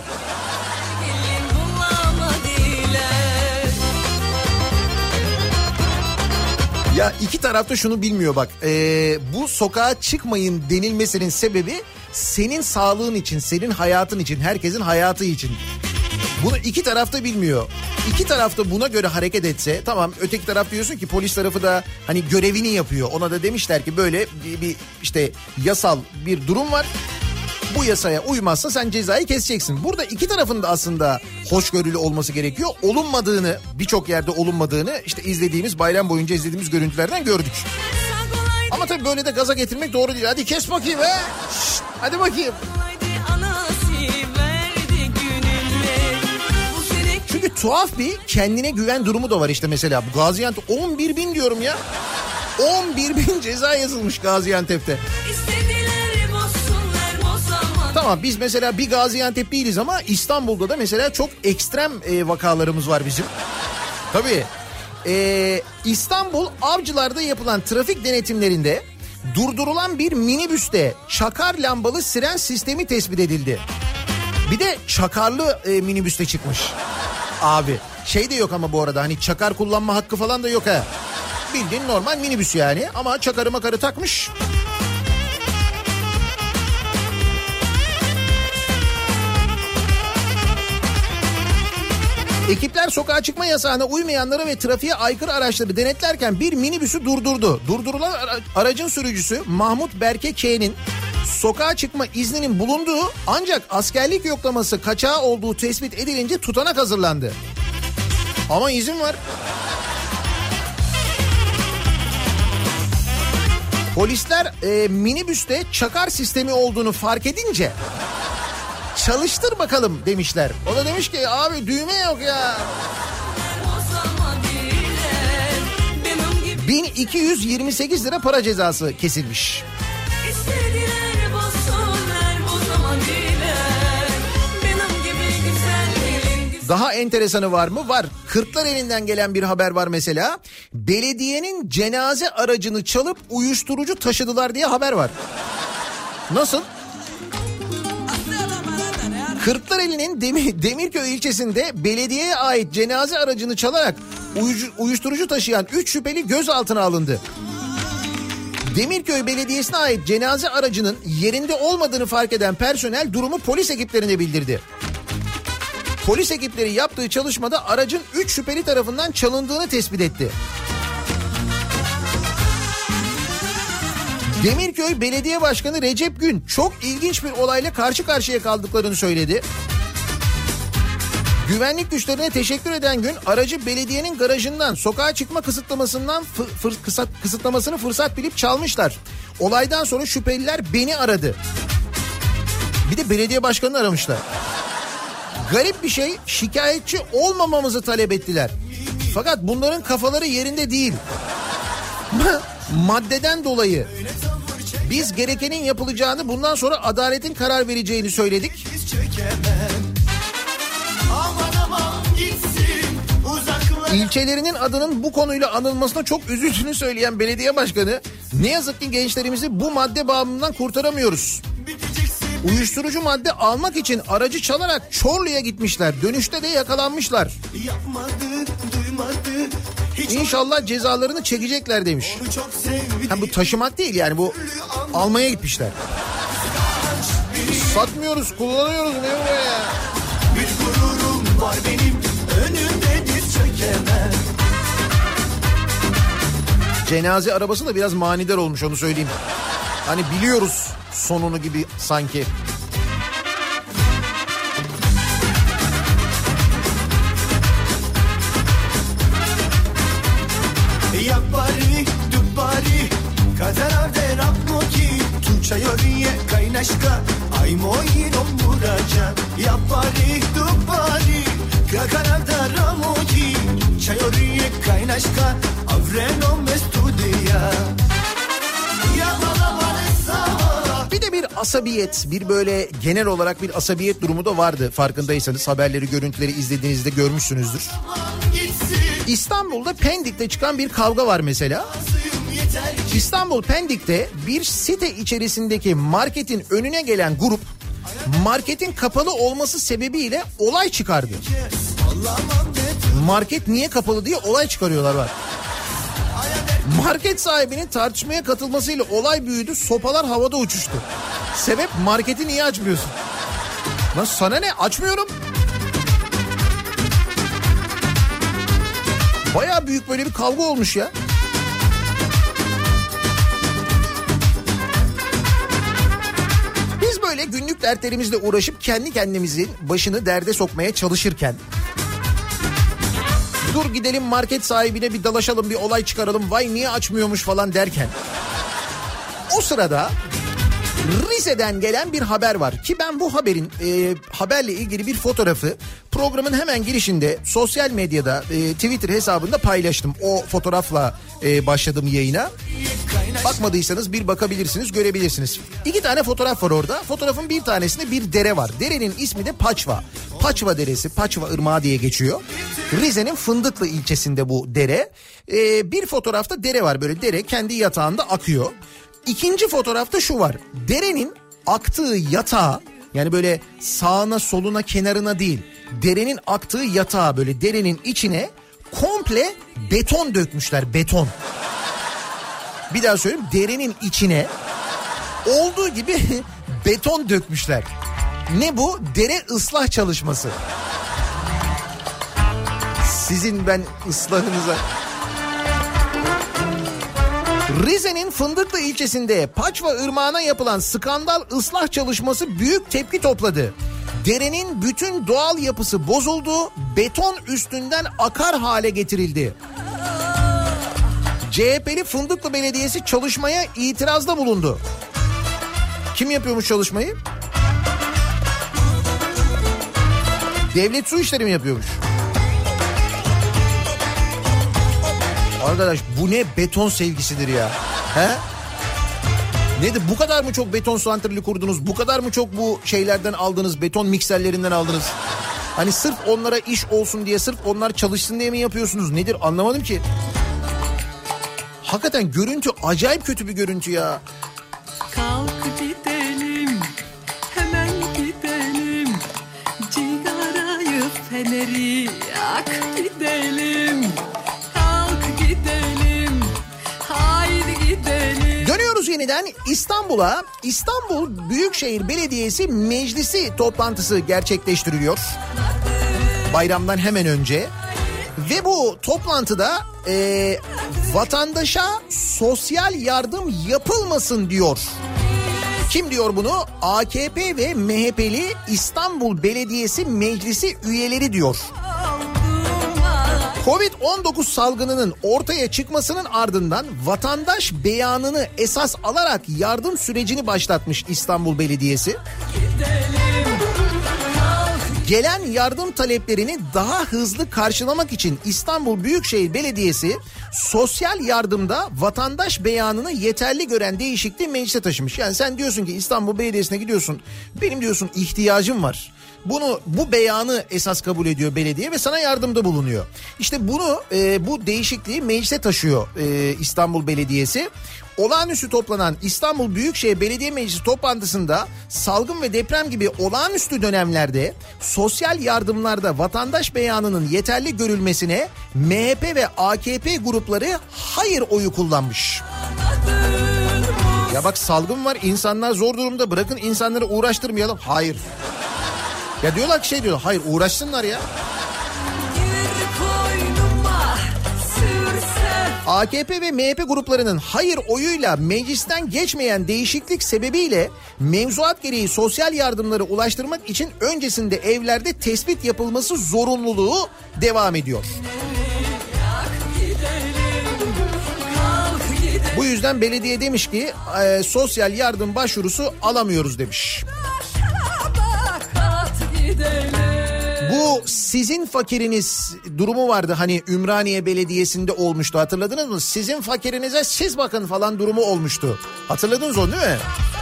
Speaker 1: Ya iki tarafta şunu bilmiyor bak. Bu sokağa çıkmayın denilmesinin sebebi senin sağlığın için, senin hayatın için, herkesin hayatı için. Bunu iki tarafta bilmiyor. İki tarafta buna göre hareket etse tamam, öteki taraf diyorsun ki polis tarafı da hani görevini yapıyor. Ona da demişler ki böyle bir işte yasal bir durum var. Bu yasaya uymazsa sen cezayı keseceksin. Burada iki tarafın da aslında hoşgörülü olması gerekiyor. Olunmadığını, birçok yerde olunmadığını işte izlediğimiz, bayram boyunca izlediğimiz görüntülerden gördük. Ama tabii böyle de gaza getirmek doğru değil. Hadi kes bakayım he. Şşt, hadi bakayım. Çünkü tuhaf bir kendine güven durumu da var işte mesela. Bu Gaziantep 11.000 diyorum ya. 11.000 ceza yazılmış Gaziantep'te. Tamam biz mesela bir Gaziantep değiliz ama İstanbul'da da mesela çok ekstrem vakalarımız var bizim. Tabii. İstanbul Avcılar'da yapılan trafik denetimlerinde durdurulan bir minibüste çakar lambalı siren sistemi tespit edildi. Bir de çakarlı minibüste çıkmış. Abi şey de yok ama bu arada hani çakar kullanma hakkı falan da yok ha. Bildiğin normal minibüs yani ama çakarı makarı takmış. Ekipler sokağa çıkma yasağına uymayanları ve trafiğe aykırı araçları denetlerken bir minibüsü durdurdu. Durdurulan aracın sürücüsü Mahmut Berke K'nin sokağa çıkma izninin bulunduğu ancak askerlik yoklaması kaçağı olduğu tespit edilince tutanak hazırlandı. Ama izin var. Polisler minibüste çakar sistemi olduğunu fark edince çalıştır bakalım demişler. O da demiş ki abi düğme yok ya. 1228 lira para cezası kesilmiş. Daha enteresanı var mı? Var. Kırklareli'nden gelen bir haber var mesela. Belediyenin cenaze aracını çalıp uyuşturucu taşıdılar diye haber var. Nasıl? Kırklareli'nin Demirköy ilçesinde belediyeye ait cenaze aracını çalarak uyuşturucu taşıyan 3 şüpheli gözaltına alındı. Demirköy Belediyesi'ne ait cenaze aracının yerinde olmadığını fark eden personel durumu polis ekiplerine bildirdi. Polis ekipleri yaptığı çalışmada aracın 3 şüpheli tarafından çalındığını tespit etti. Demirköy Belediye Başkanı Recep Gün çok ilginç bir olayla karşı karşıya kaldıklarını söyledi. Güvenlik güçlerine teşekkür eden Gün aracı belediyenin garajından sokağa çıkma kısıtlamasını fırsat bilip çalmışlar. Olaydan sonra şüpheliler beni aradı. Bir de belediye başkanını aramışlar. Garip bir şey, şikayetçi olmamamızı talep ettiler. Fakat bunların kafaları yerinde değil. Maddeden dolayı biz gerekenin yapılacağını, bundan sonra adaletin karar vereceğini söyledik. İlçelerinin adının bu konuyla anılmasına çok üzüldüğünü söyleyen belediye başkanı, ne yazık ki gençlerimizi bu madde bağımlılığından kurtaramıyoruz. Uyuşturucu madde almak için aracı çalarak Çorlu'ya gitmişler. Dönüşte de yakalanmışlar. İnşallah cezalarını çekecekler demiş. Ha, bu taşımak değil yani, bu almaya gitmişler. Satmıyoruz, kullanıyoruz. Ne bu ya? Bir gururum var benim, önümde diz çökemem. Cenaze arabası da biraz manidar olmuş, onu söyleyeyim. Hani biliyoruz sonunu gibi sanki.
Speaker 8: Yappari, duppari, kazaravde rapmoki, tu çayoriye kaynaşka, ay moyino muraca. Yappari, duppari, kazaravde rapmoki, çayoriye kaynaşka, avreno mestudiya.
Speaker 1: Bir de bir asabiyet, bir böyle genel olarak bir asabiyet durumu da vardı. Farkındaysanız, haberleri, görüntüleri izlediğinizde görmüşsünüzdür. İstanbul'da Pendik'te çıkan bir kavga var mesela. İstanbul Pendik'te bir site içerisindeki marketin önüne gelen grup marketin kapalı olması sebebiyle olay çıkardı. Market niye kapalı diye olay çıkarıyorlar bak. Market sahibinin tartışmaya katılmasıyla olay büyüdü, sopalar havada uçuştu. Sebep, marketi niye açmıyorsun? Lan sana ne, açmıyorum. Bayağı büyük böyle bir kavga olmuş ya. Biz böyle günlük dertlerimizle uğraşıp kendi kendimizin başını derde sokmaya çalışırken, dur gidelim market sahibine bir dalaşalım, bir olay çıkaralım, vay niye açmıyormuş falan derken, o sırada Rize'den gelen bir haber var ki ben bu haberin haberle ilgili bir fotoğrafı programın hemen girişinde sosyal medyada Twitter hesabında paylaştım. O fotoğrafla başladım yayına. Bakmadıysanız bir bakabilirsiniz, görebilirsiniz. 2 tane fotoğraf var orada. Fotoğrafın bir tanesinde bir dere var. Derenin ismi de Paçva. Paçva Deresi, Paçva Irmağı diye geçiyor. Rize'nin Fındıklı ilçesinde bu dere. Bir fotoğrafta dere var, böyle dere kendi yatağında akıyor. İkinci fotoğrafta şu var. Derenin aktığı yatağa, yani böyle sağına soluna kenarına değil, derenin aktığı yatağa, böyle derenin içine komple beton dökmüşler, beton. Bir daha söyleyeyim, derenin içine olduğu gibi beton dökmüşler. Ne bu? Dere ıslah çalışması. Sizin ben ıslahınıza... Rize'nin Fındıklı ilçesinde Paçva Irmağı'na yapılan skandal ıslah çalışması büyük tepki topladı. Derenin bütün doğal yapısı bozuldu, beton üstünden akar hale getirildi. CHP'li Fındıklı Belediyesi çalışmaya itirazda bulundu. Kim yapıyormuş çalışmayı? Devlet Su İşleri mi yapıyormuş? Arkadaş bu ne beton sevgisidir ya. He? Nedir, bu kadar mı çok beton santrali kurdunuz? Bu kadar mı çok bu şeylerden aldınız? Beton mikserlerinden aldınız? Hani sırf onlara iş olsun diye, sırf onlar çalışsın diye mi yapıyorsunuz? Nedir, anlamadım ki. Hakikaten görüntü acayip kötü bir görüntü ya.
Speaker 4: Kalk gidelim, hemen gidelim. Cigarayı, feneri yak gidelim. Kalk gidelim, haydi gidelim.
Speaker 1: Dönüyoruz yeniden İstanbul'a. İstanbul Büyükşehir Belediyesi Meclisi toplantısı gerçekleştiriliyor. Bayramdan hemen önce. Ve bu toplantıda vatandaşa sosyal yardım yapılmasın diyor. Kim diyor bunu? AKP ve MHP'li İstanbul Belediyesi Meclisi üyeleri diyor. Covid-19 salgınının ortaya çıkmasının ardından vatandaş beyanını esas alarak yardım sürecini başlatmış İstanbul Belediyesi. Gelen yardım taleplerini daha hızlı karşılamak için İstanbul Büyükşehir Belediyesi sosyal yardımda vatandaş beyanını yeterli gören değişikliği meclise taşımış. Yani sen diyorsun ki İstanbul Belediyesi'ne gidiyorsun, benim diyorsun ihtiyacım var. Bu beyanı esas kabul ediyor belediye ve sana yardımda bulunuyor. İşte bu değişikliği meclise taşıyor İstanbul Belediyesi. Olağanüstü toplanan İstanbul Büyükşehir Belediye Meclisi toplantısında salgın ve deprem gibi olağanüstü dönemlerde sosyal yardımlarda vatandaş beyanının yeterli görülmesine MHP ve AKP grupları hayır oyu kullanmış. Ya bak salgın var, insanlar zor durumda, bırakın insanları uğraştırmayalım. Hayır. Ya diyorlar ki hayır uğraşsınlar ya. AKP ve MHP gruplarının hayır oyuyla meclisten geçmeyen değişiklik sebebiyle mevzuat gereği sosyal yardımları ulaştırmak için öncesinde evlerde tespit yapılması zorunluluğu devam ediyor. Bu yüzden belediye demiş ki sosyal yardım başvurusu alamıyoruz demiş. Bu sizin fakiriniz durumu vardı hani Ümraniye Belediyesi'nde olmuştu, hatırladınız mı? Sizin fakirinize siz bakın falan durumu olmuştu. Hatırladınız onu değil mi?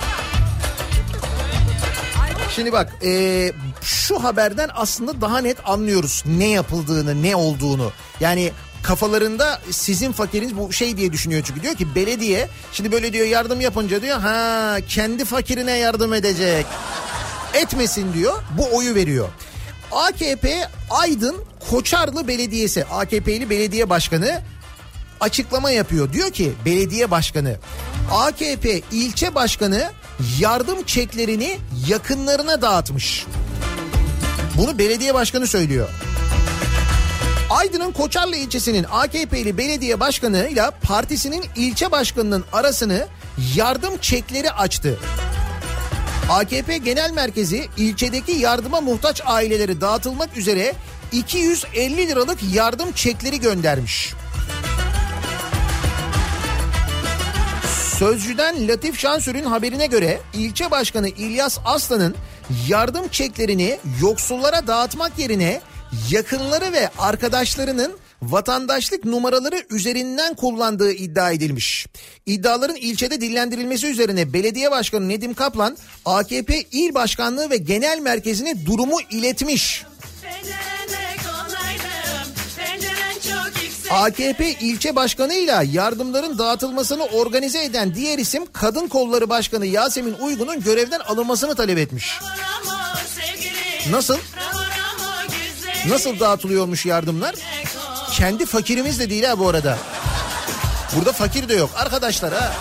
Speaker 1: Şimdi bak şu haberden aslında daha net anlıyoruz ne yapıldığını, ne olduğunu. Yani kafalarında sizin fakiriniz bu diye düşünüyor çünkü diyor ki belediye şimdi böyle diyor yardım yapınca diyor kendi fakirine yardım edecek. Etmesin diyor, bu oyu veriyor. AKP Aydın Koçarlı Belediyesi AKP'li belediye başkanı açıklama yapıyor. Diyor ki belediye başkanı AKP ilçe başkanı yardım çeklerini yakınlarına dağıtmış. Bunu belediye başkanı söylüyor. Aydın'ın Koçarlı ilçesinin AKP'li belediye başkanıyla partisinin ilçe başkanının arasını yardım çekleri açtı. AKP Genel Merkezi ilçedeki yardıma muhtaç aileleri dağıtılmak üzere 250 liralık yardım çekleri göndermiş. Sözcü'den Latif Şansür'ün haberine göre ilçe başkanı İlyas Aslan'ın yardım çeklerini yoksullara dağıtmak yerine yakınları ve arkadaşlarının vatandaşlık numaraları üzerinden kullandığı iddia edilmiş. İddiaların ilçede dillendirilmesi üzerine belediye başkanı Nedim Kaplan AKP İl Başkanlığı ve Genel Merkezi'ne durumu iletmiş. AKP ilçe başkanıyla yardımların dağıtılmasını organize eden diğer isim Kadın Kolları Başkanı Yasemin Uygun'un görevden alınmasını talep etmiş. Nasıl? Nasıl dağıtılıyormuş yardımlar? Kendi fakirimiz de değil ha bu arada. Burada fakir de yok arkadaşlar ha.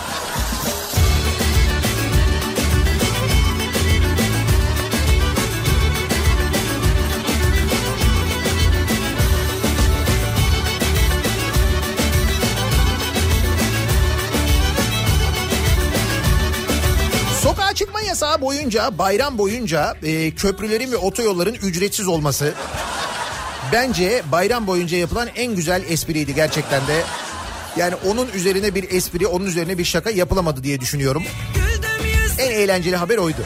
Speaker 1: Sokağa çıkma yasağı boyunca, bayram boyunca köprülerin ve otoyolların ücretsiz olması bence bayram boyunca yapılan en güzel espriydi gerçekten de. Yani onun üzerine bir espri, onun üzerine bir şaka yapılamadı diye düşünüyorum. En eğlenceli haber oydu.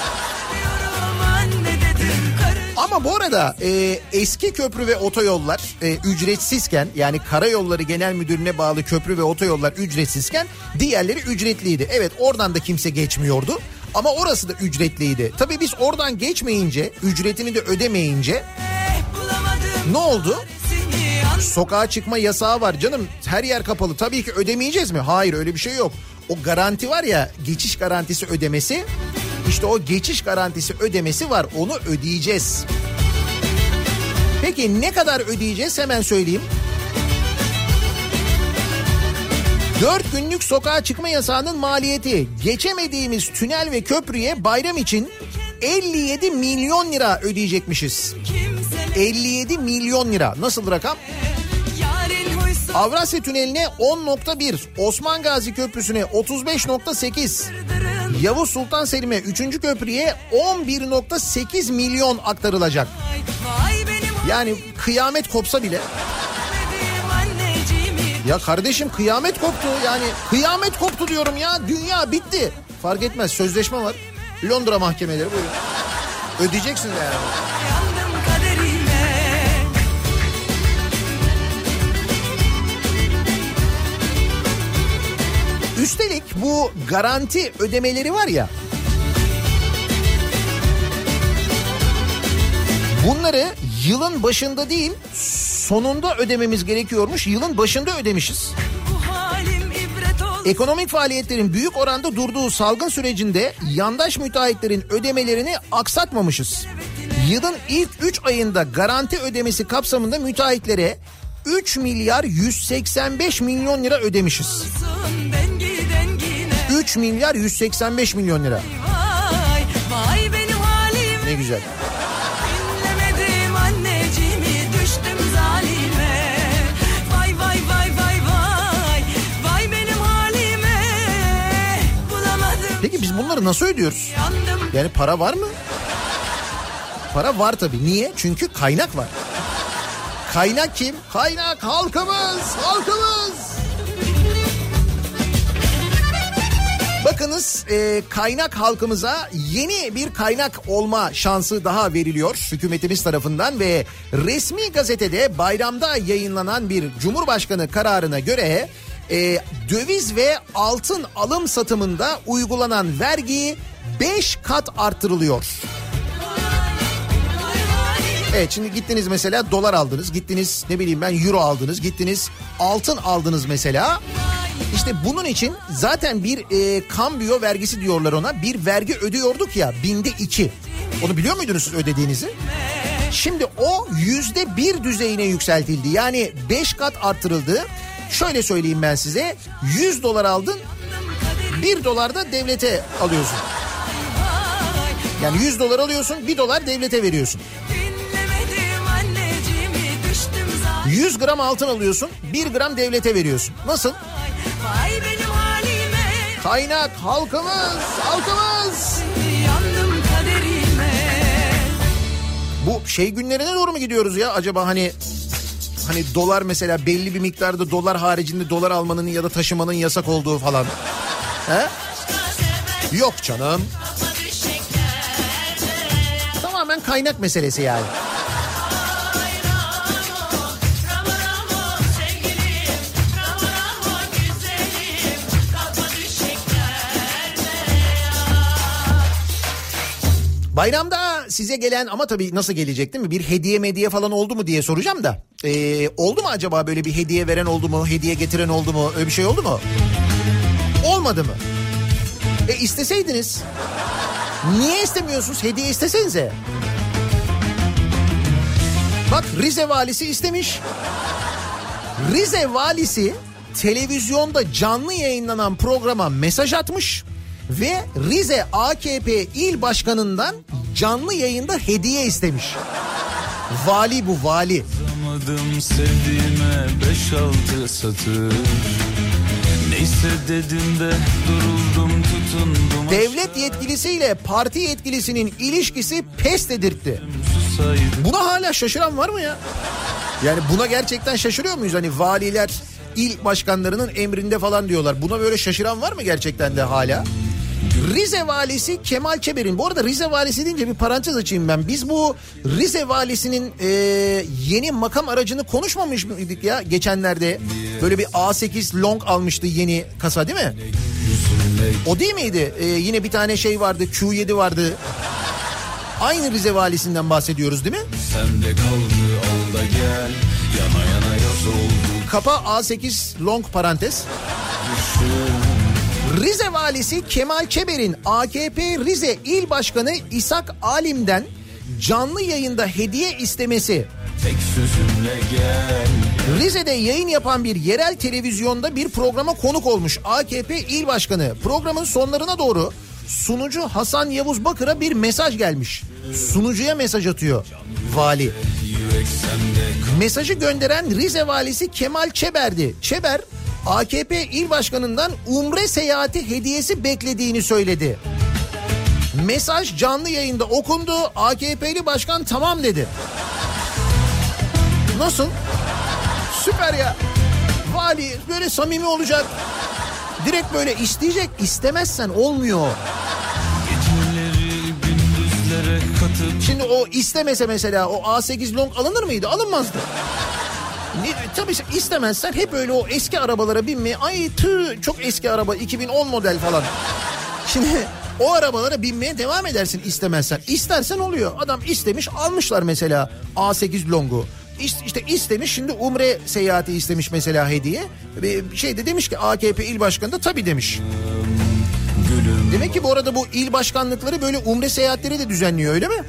Speaker 1: Ama bu arada eski köprü ve otoyollar ücretsizken, yani Karayolları Genel Müdürlüğü'ne bağlı köprü ve otoyollar ücretsizken diğerleri ücretliydi. Evet, oradan da kimse geçmiyordu ama orası da ücretliydi. Tabii biz oradan geçmeyince, ücretini de ödemeyince ne oldu? Sokağa çıkma yasağı var canım, her yer kapalı, tabii ki ödemeyeceğiz mi? Hayır, öyle bir şey yok. O garanti var ya, geçiş garantisi ödemesi, işte o geçiş garantisi ödemesi var, onu ödeyeceğiz. Peki ne kadar ödeyeceğiz, hemen söyleyeyim. 4 günlük sokağa çıkma yasağının maliyeti, geçemediğimiz tünel ve köprüye bayram için 57 milyon lira ödeyecekmişiz. 57 milyon lira. Nasıl rakam? Avrasya Tüneli'ne 10.1, Osman Gazi Köprüsü'ne 35.8, Yavuz Sultan Selim'e 3. köprüye 11.8 milyon aktarılacak. Yani kıyamet kopsa bile. Ya kardeşim kıyamet koptu, yani kıyamet koptu diyorum ya, dünya bitti. Fark etmez, sözleşme var. Londra mahkemeleri, buyurun. Ödeyeceksin yani. Üstelik bu garanti ödemeleri var ya, bunları yılın başında değil sonunda ödememiz gerekiyormuş. Yılın başında ödemişiz. Ekonomik faaliyetlerin büyük oranda durduğu salgın sürecinde yandaş müteahhitlerin ödemelerini aksatmamışız. Yılın ilk 3 ayında garanti ödemesi kapsamında müteahhitlere 3 milyar 185 milyon lira ödemişiz. 3 milyar 185 milyon lira. Ne güzel. Peki biz bunları nasıl ödüyoruz? Yani para var mı? Para var tabii. Niye? Çünkü kaynak var. Kaynak kim? Kaynak halkımız, halkımız. Bakınız kaynak halkımıza yeni bir kaynak olma şansı daha veriliyor hükümetimiz tarafından ve resmi gazetede bayramda yayınlanan bir Cumhurbaşkanı kararına göre döviz ve altın alım satımında uygulanan vergi 5 kat arttırılıyor. Evet, şimdi gittiniz mesela dolar aldınız, gittiniz ne bileyim ben euro aldınız, gittiniz altın aldınız mesela. İşte bunun için zaten bir kambiyo vergisi diyorlar ona, bir vergi ödüyorduk ya, 2. Onu biliyor muydunuz siz ödediğinizi? Şimdi o %1 düzeyine yükseltildi, yani 5 kat arttırıldı. Şöyle söyleyeyim ben size, 100 dolar aldın, 1 dolar da devlete alıyorsun. Yani 100 dolar alıyorsun, 1 dolar devlete veriyorsun. 100 gram altın alıyorsun, 1 gram devlete veriyorsun. Nasıl? Kaynak halkımız, halkımız. Bu şey günlerine doğru mu gidiyoruz ya acaba, hani dolar mesela belli bir miktarda dolar haricinde dolar almanın ya da taşımanın yasak olduğu falan. He? Yok canım. Tamamen kaynak meselesi yani. Bayramda size gelen, ama tabii nasıl gelecek değil mi? Bir hediye medya falan oldu mu diye soracağım da. Oldu mu acaba, böyle bir hediye veren oldu mu? Hediye getiren oldu mu? Öyle bir şey oldu mu? Olmadı mı? İsteseydiniz. Niye istemiyorsunuz? Hediye istesenize. Bak, Rize valisi istemiş. Rize valisi televizyonda canlı yayınlanan programa mesaj atmış. Ve Rize AKP il başkanından canlı yayında hediye istemiş. Vali bu, vali.
Speaker 9: Sevdiğime 5-6 satır. Neyse dedim de duruldum, tutundum.
Speaker 1: Devlet yetkilisiyle parti yetkilisinin ilişkisi pes dedirtti. Buna hala şaşıran var mı ya? Yani buna gerçekten şaşırıyor muyuz? Hani valiler il başkanlarının emrinde falan diyorlar. Buna böyle şaşıran var mı gerçekten de hala? Rize valisi Kemal Çeber'in, bu arada Rize valisi deyince bir parantez açayım ben. Biz bu Rize valisinin yeni makam aracını konuşmamış mıydık ya geçenlerde? Böyle bir A8 Long almıştı, yeni kasa değil mi? O değil miydi? Yine bir tane şey vardı, Q7 vardı. Aynı Rize valisinden bahsediyoruz değil mi? Sen de kaldı, al da gel, yana yana yaz oldu. Kapa A8 Long parantez. Rize valisi Kemal Çeber'in AKP Rize İl Başkanı İshak Alim'den canlı yayında hediye istemesi. Rize'de yayın yapan bir yerel televizyonda bir programa konuk olmuş AKP İl Başkanı. Programın sonlarına doğru sunucu Hasan Yavuz Bakır'a bir mesaj gelmiş. Sunucuya mesaj atıyor vali. Mesajı gönderen Rize valisi Kemal Çeber'di. Çeber, AKP il başkanından umre seyahati hediyesi beklediğini söyledi. Mesaj canlı yayında okundu. AKP'li başkan tamam dedi. Nasıl? Süper ya. Vali böyle samimi olacak. Direkt böyle isteyecek. İstemezsen olmuyor. Şimdi o istemese mesela o A8 Long alınır mıydı? Alınmazdı. Tabii istemezsen hep öyle o eski arabalara binmeye, ay tüh çok eski araba 2010 model falan. Şimdi o arabalara binmeye devam edersin istemezsen. İstersen oluyor. Adam istemiş, almışlar mesela A8 Long'u. İşte istemiş, şimdi umre seyahati istemiş mesela hediye. Şeyde demiş ki AKP il başkanı da tabii demiş. Demek ki bu arada bu il başkanlıkları böyle umre seyahatleri de düzenliyor, öyle mi?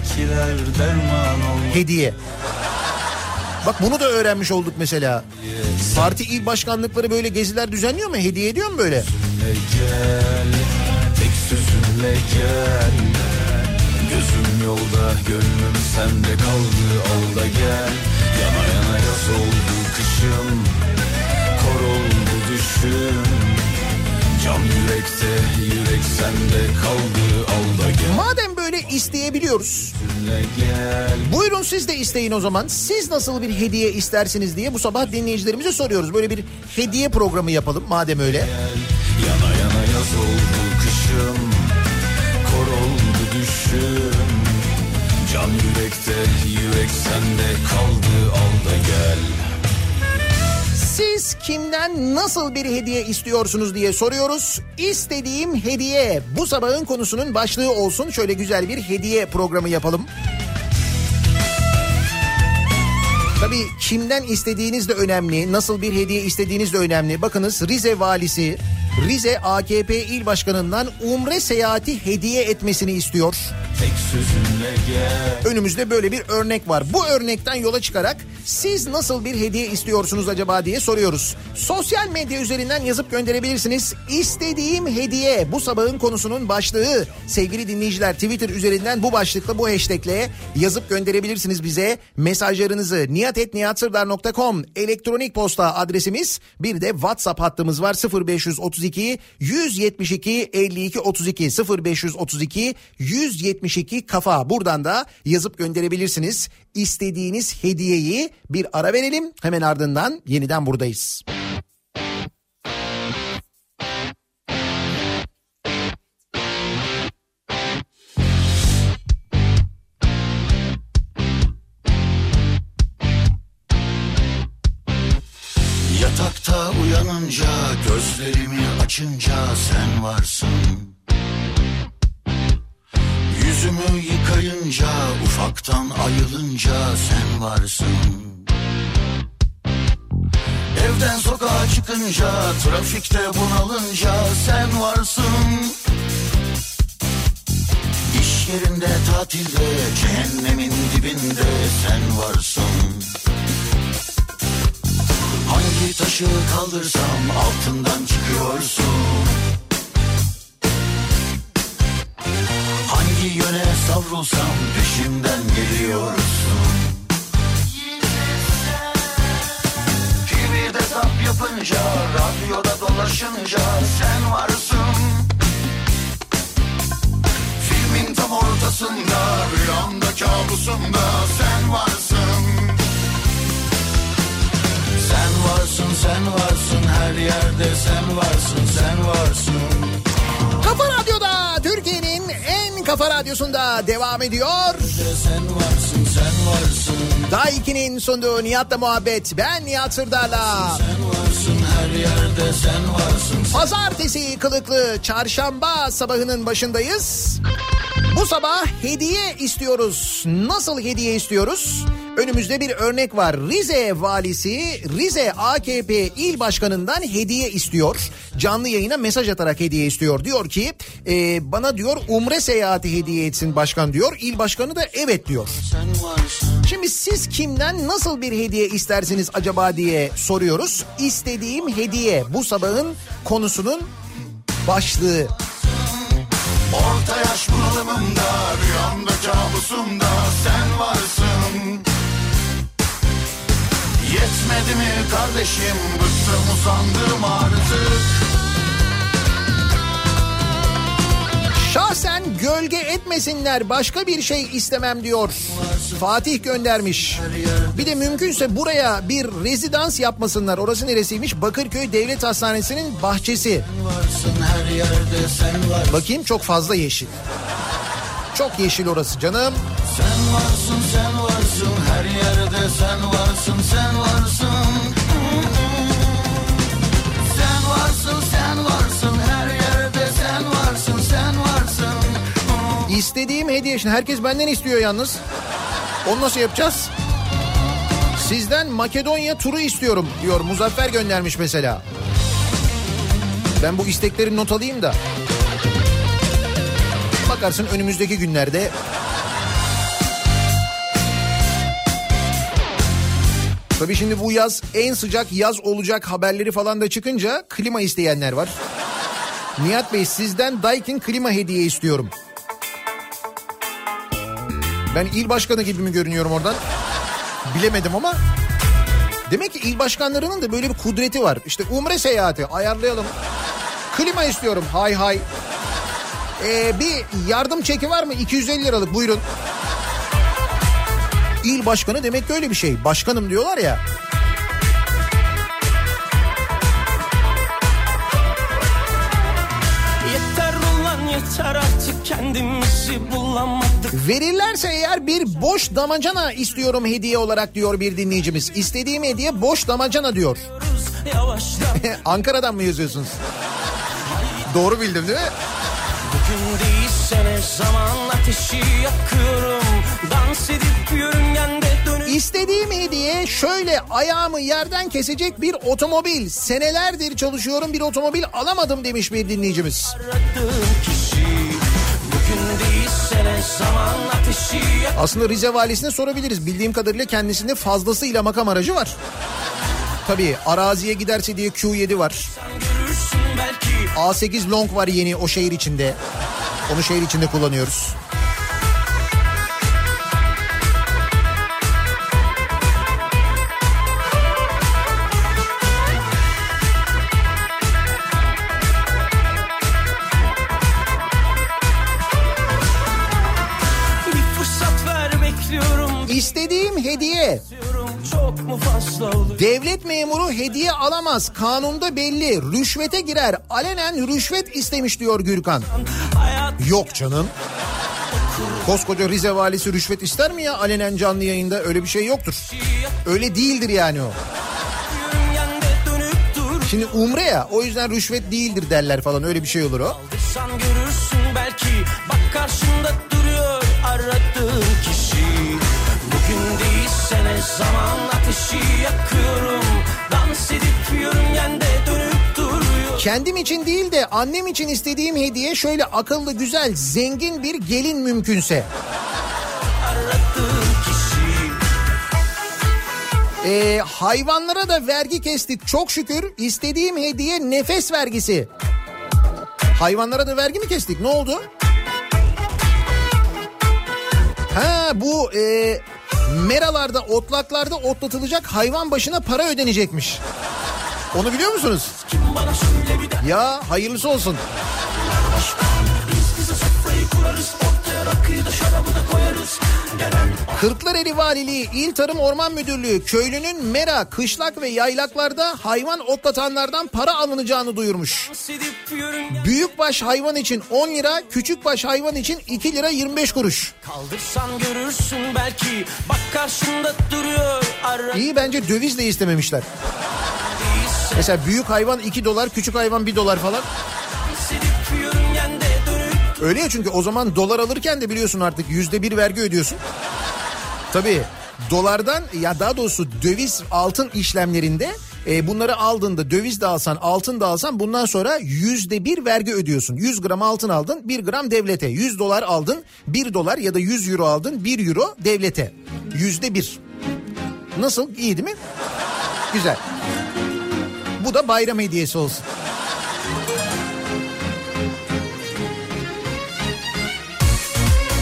Speaker 1: Hediye. Bak bunu da öğrenmiş olduk mesela. Parti il başkanlıkları böyle geziler düzenliyor mu? Hediye ediyor mu böyle?
Speaker 9: Gel, tek sözünle gel. Gözüm yolda, gönlüm sende kaldı, al da gel. Yana yana yaz oldu kışım, kor oldu düşüm. Can yürekte, yürek sende kaldı, al da gel.
Speaker 1: Madem böyle isteyebiliyoruz, buyurun siz de isteyin o zaman. Siz nasıl bir hediye istersiniz diye bu sabah dinleyicilerimize soruyoruz. Böyle bir hediye programı yapalım madem öyle.
Speaker 9: Yana yana yaz oldu kışım, kor oldu düşüm. Can yürekte, yürek sende kaldı, al da gel.
Speaker 1: Siz kimden nasıl bir hediye istiyorsunuz diye soruyoruz. İstediğim hediye bu sabahın konusunun başlığı olsun. Şöyle güzel bir hediye programı yapalım. Tabii kimden istediğiniz de önemli. Nasıl bir hediye istediğiniz de önemli. Bakınız Rize valisi Rize AKP il başkanından umre seyahati hediye etmesini istiyor. Önümüzde böyle bir örnek var. Bu örnekten yola çıkarak siz nasıl bir hediye istiyorsunuz acaba diye soruyoruz. Sosyal medya üzerinden yazıp gönderebilirsiniz. İstediğim hediye bu sabahın konusunun başlığı. Sevgili dinleyiciler, Twitter üzerinden bu başlıkla, bu hashtagle yazıp gönderebilirsiniz bize. Mesajlarınızı niyatetniyatsırdar.com elektronik posta adresimiz. Bir de WhatsApp hattımız var 0532 172 52 32 0532 172 kafa. Buradan da yazıp gönderebilirsiniz. İstediğiniz hediyeyi bir ara verelim. Hemen ardından yeniden buradayız.
Speaker 10: Yatakta uyanınca, gözlerimi açınca sen varsın. Yüzümü yıkayınca, ufaktan ayılınca sen varsın. Evden sokağa çıkınca, trafikte bunalınca sen varsın. İş yerinde, tatilde, cehennemin dibinde sen varsın. Hangi taşı kaldırsam altından çıkıyorsun. Hangi yöne savrulsam peşimden geliyorsun. TV'de tap yapınca, radyoda dolaşınca sen varsın. Filmin tam ortasında, rüyamda kabusumda sen varsın. Sen varsın, sen varsın, her yerde sen varsın, sen varsın.
Speaker 1: Kafa Radyo'da, Türkiye'nin en kafa radyosunda devam ediyor.
Speaker 10: Sen varsın, sen varsın.
Speaker 1: Daha 2'nin sunduğu Nihat'la muhabbet. Ben Nihat Sırdar'la.
Speaker 10: Sen varsın, her yerde sen varsın.
Speaker 1: Pazartesi kılıklı çarşamba sabahının başındayız. Bu sabah hediye istiyoruz. Nasıl hediye istiyoruz? Önümüzde bir örnek var. Rize valisi Rize AKP il başkanından hediye istiyor. Canlı yayına mesaj atarak hediye istiyor. Diyor ki bana diyor umre seyahati hediye etsin başkan diyor. İl başkanı da evet diyor. Şimdi siz kimden nasıl bir hediye istersiniz acaba diye soruyoruz. İstediğim hediye bu sabahın konusunun başlığı.
Speaker 10: Orta yaş bunalımımda, rüyamda kabusumda sen varsın. Yetmedi mi kardeşim, bıktım usandım artık.
Speaker 1: Şahsen gölge etmesinler, başka bir şey istemem diyor. Fatih göndermiş. Bir de mümkünse buraya bir rezidans yapmasınlar. Orası neresiymiş? Bakırköy Devlet Hastanesi'nin bahçesi. Bakayım, çok fazla yeşil. Çok yeşil orası canım.
Speaker 10: Sen varsın, sen varsın, her yerde sen varsın, sen varsın. Sen varsın, sen varsın, her yerde sen varsın, sen varsın.
Speaker 1: İstediğim hediye, şimdi herkes benden istiyor yalnız. Onu nasıl yapacağız? Sizden Makedonya turu istiyorum diyor. Muzaffer göndermiş mesela. Ben bu istekleri not alayım da. Bakarsın önümüzdeki günlerde. Tabii şimdi bu yaz en sıcak yaz olacak haberleri falan da çıkınca klima isteyenler var. Nihat Bey, sizden Daikin klima hediye istiyorum. Ben il başkanı gibi mi görünüyorum oradan? Bilemedim ama. Demek ki il başkanlarının da böyle bir kudreti var. İşte umre seyahati ayarlayalım. Klima istiyorum, hay hay. Bir yardım çeki var mı? 250 liralık, buyurun. İl başkanı demek ki öyle bir şey. Başkanım diyorlar ya.
Speaker 5: Yeter ulan yeter, artık kendimizi bulamadık.
Speaker 1: Verirlerse eğer bir boş damacana istiyorum hediye olarak diyor bir dinleyicimiz. İstediğim hediye boş damacana diyor. Ankara'dan mı yazıyorsunuz? Doğru bildim değil mi?
Speaker 5: Bugün değilse ne zaman ateşi yakıyorum. Dans edip yörüngende dönüp.
Speaker 1: İstediğim hediye şöyle ayağımı yerden kesecek bir otomobil. Senelerdir çalışıyorum, bir otomobil alamadım demiş bir dinleyicimiz. Aslında Rize valisine sorabiliriz. Bildiğim kadarıyla kendisinde fazlasıyla makam aracı var. Tabii araziye giderse diye Q7 var. A8 Long var yeni, o şehir içinde. Onu şehir içinde kullanıyoruz. İstediğim hediye. Devlet memuru hediye alamaz. Kanunda belli. Rüşvete girer. Alenen rüşvet istemiş diyor Gürkan. Yok canım. Koskoca Rize valisi rüşvet ister mi ya alenen canlı yayında? Öyle bir şey yoktur. Öyle değildir yani o. Şimdi umre ya, o yüzden rüşvet değildir derler falan, öyle bir şey olur o.
Speaker 5: Görürsün belki, bak karşında duruyor aradığın kişi. Bugün değilse ne zaman ateşi yakıyorum. Dans edip yörüngende dönüp duruyor.
Speaker 1: Kendim için değil de annem için istediğim hediye şöyle akıllı, güzel, zengin bir gelin mümkünse. Hayvanlara da vergi kestik çok şükür. İstediğim hediye nefes vergisi. Hayvanlara da vergi mi kestik? Ne oldu? Ha bu meralarda, otlaklarda otlatılacak hayvan başına para ödenecekmiş. Onu biliyor musunuz? Ya hayırlısı olsun. Kırklareli Valiliği, İl Tarım Orman Müdürlüğü köylünün mera, kışlak ve yaylaklarda hayvan otlatanlardan para alınacağını duyurmuş. Büyükbaş hayvan için 10 lira, küçükbaş hayvan için 2 lira 25 kuruş.
Speaker 5: Kaldırsan görürsün belki, bak karşında duruyor.
Speaker 1: İyi, bence döviz de istememişler. Mesela büyük hayvan 2 dolar, küçük hayvan 1 dolar falan. Öyle ya, çünkü o zaman dolar alırken de biliyorsun artık %1 vergi ödüyorsun. Tabii dolardan, ya daha doğrusu döviz altın işlemlerinde bunları aldığında döviz de alsan altın da alsan bundan sonra %1 vergi ödüyorsun. 100 gram altın aldın, 1 gram devlete. 100 dolar aldın, 1 dolar ya da 100 euro aldın, 1 euro devlete. %1. Nasıl? İyi değil mi? Güzel. Bu da bayram hediyesi olsun.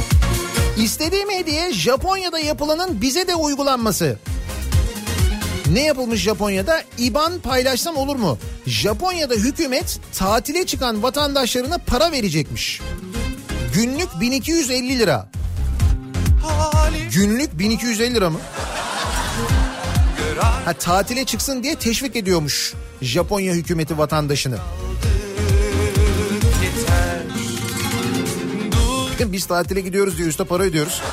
Speaker 1: İstediğim hediye Japonya'da yapılanın bize de uygulanması. Ne yapılmış Japonya'da? IBAN paylaşsam olur mu? Japonya'da hükümet tatile çıkan vatandaşlarına para verecekmiş. Günlük 1250 lira. Günlük 1250 lira mı? Ha, tatile çıksın diye teşvik ediyormuş Japonya hükümeti vatandaşını. Biz tatile gidiyoruz diye üste para ödüyoruz.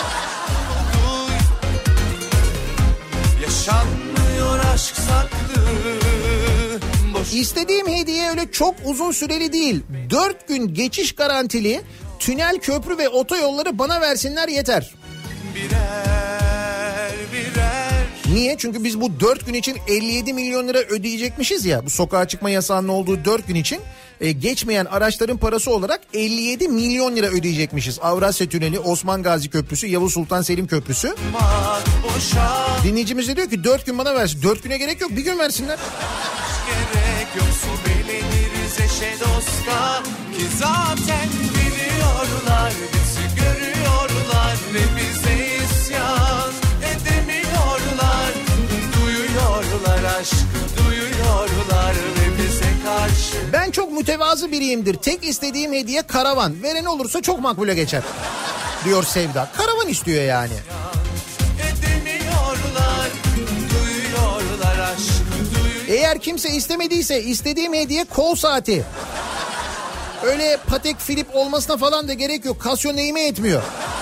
Speaker 3: Yaşanmıyor aşk saklı.
Speaker 1: İstediğim hediye öyle çok uzun süreli değil. 4 gün geçiş garantili tünel, köprü ve otoyolları bana versinler yeter.
Speaker 3: Birer birer.
Speaker 1: Niye? Çünkü biz bu 4 gün için 57 milyon lira ödeyecekmişiz ya. Bu sokağa çıkma yasağının olduğu 4 gün için geçmeyen araçların parası olarak 57 milyon lira ödeyecekmişiz. Avrasya Tüneli, Osman Gazi Köprüsü, Yavuz Sultan Selim Köprüsü. Dinleyicimiz de diyor ki 4 gün bana versin. 4 güne gerek yok, bir gün versinler.
Speaker 3: Gerek yok, su beleniriz eşe dosta. Ki zaten biliyorlar, bizi görüyorlar ve bize isyan edemiyorlar. Duyuyorlar aşkı, duyuyorlar ve bize karşı.
Speaker 1: Ben çok mütevazı biriyimdir. Tek istediğim hediye karavan. Veren olursa çok makbule geçer diyor Sevda. Karavan istiyor yani.
Speaker 3: Edemiyorlar, duyuyorlar aşkı,
Speaker 1: Eğer kimse istemediyse istediğim hediye kol saati. Öyle Patek Philippe olmasına falan da gerek yok. Casio neyime etmiyor.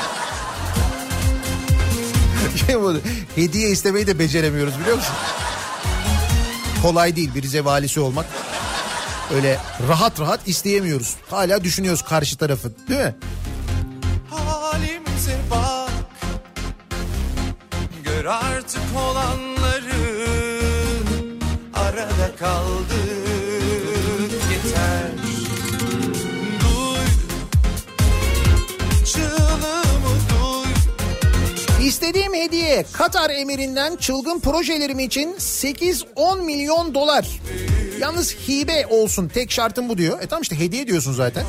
Speaker 1: Hediye istemeyi de beceremiyoruz biliyor musun? Kolay değil bir Rize valisi olmak. Öyle rahat rahat isteyemiyoruz. Hala düşünüyoruz karşı tarafı, değil mi?
Speaker 3: halimize bak. Gör artık olanları, arada kaldık yeter. Duy, çığlığımı duy.
Speaker 1: İstediğim hediye Katar emirinden çılgın projelerim için 8-10 milyon dolar. Yalnız hibe olsun, tek şartım bu diyor. Tamam işte hediye diyorsun zaten.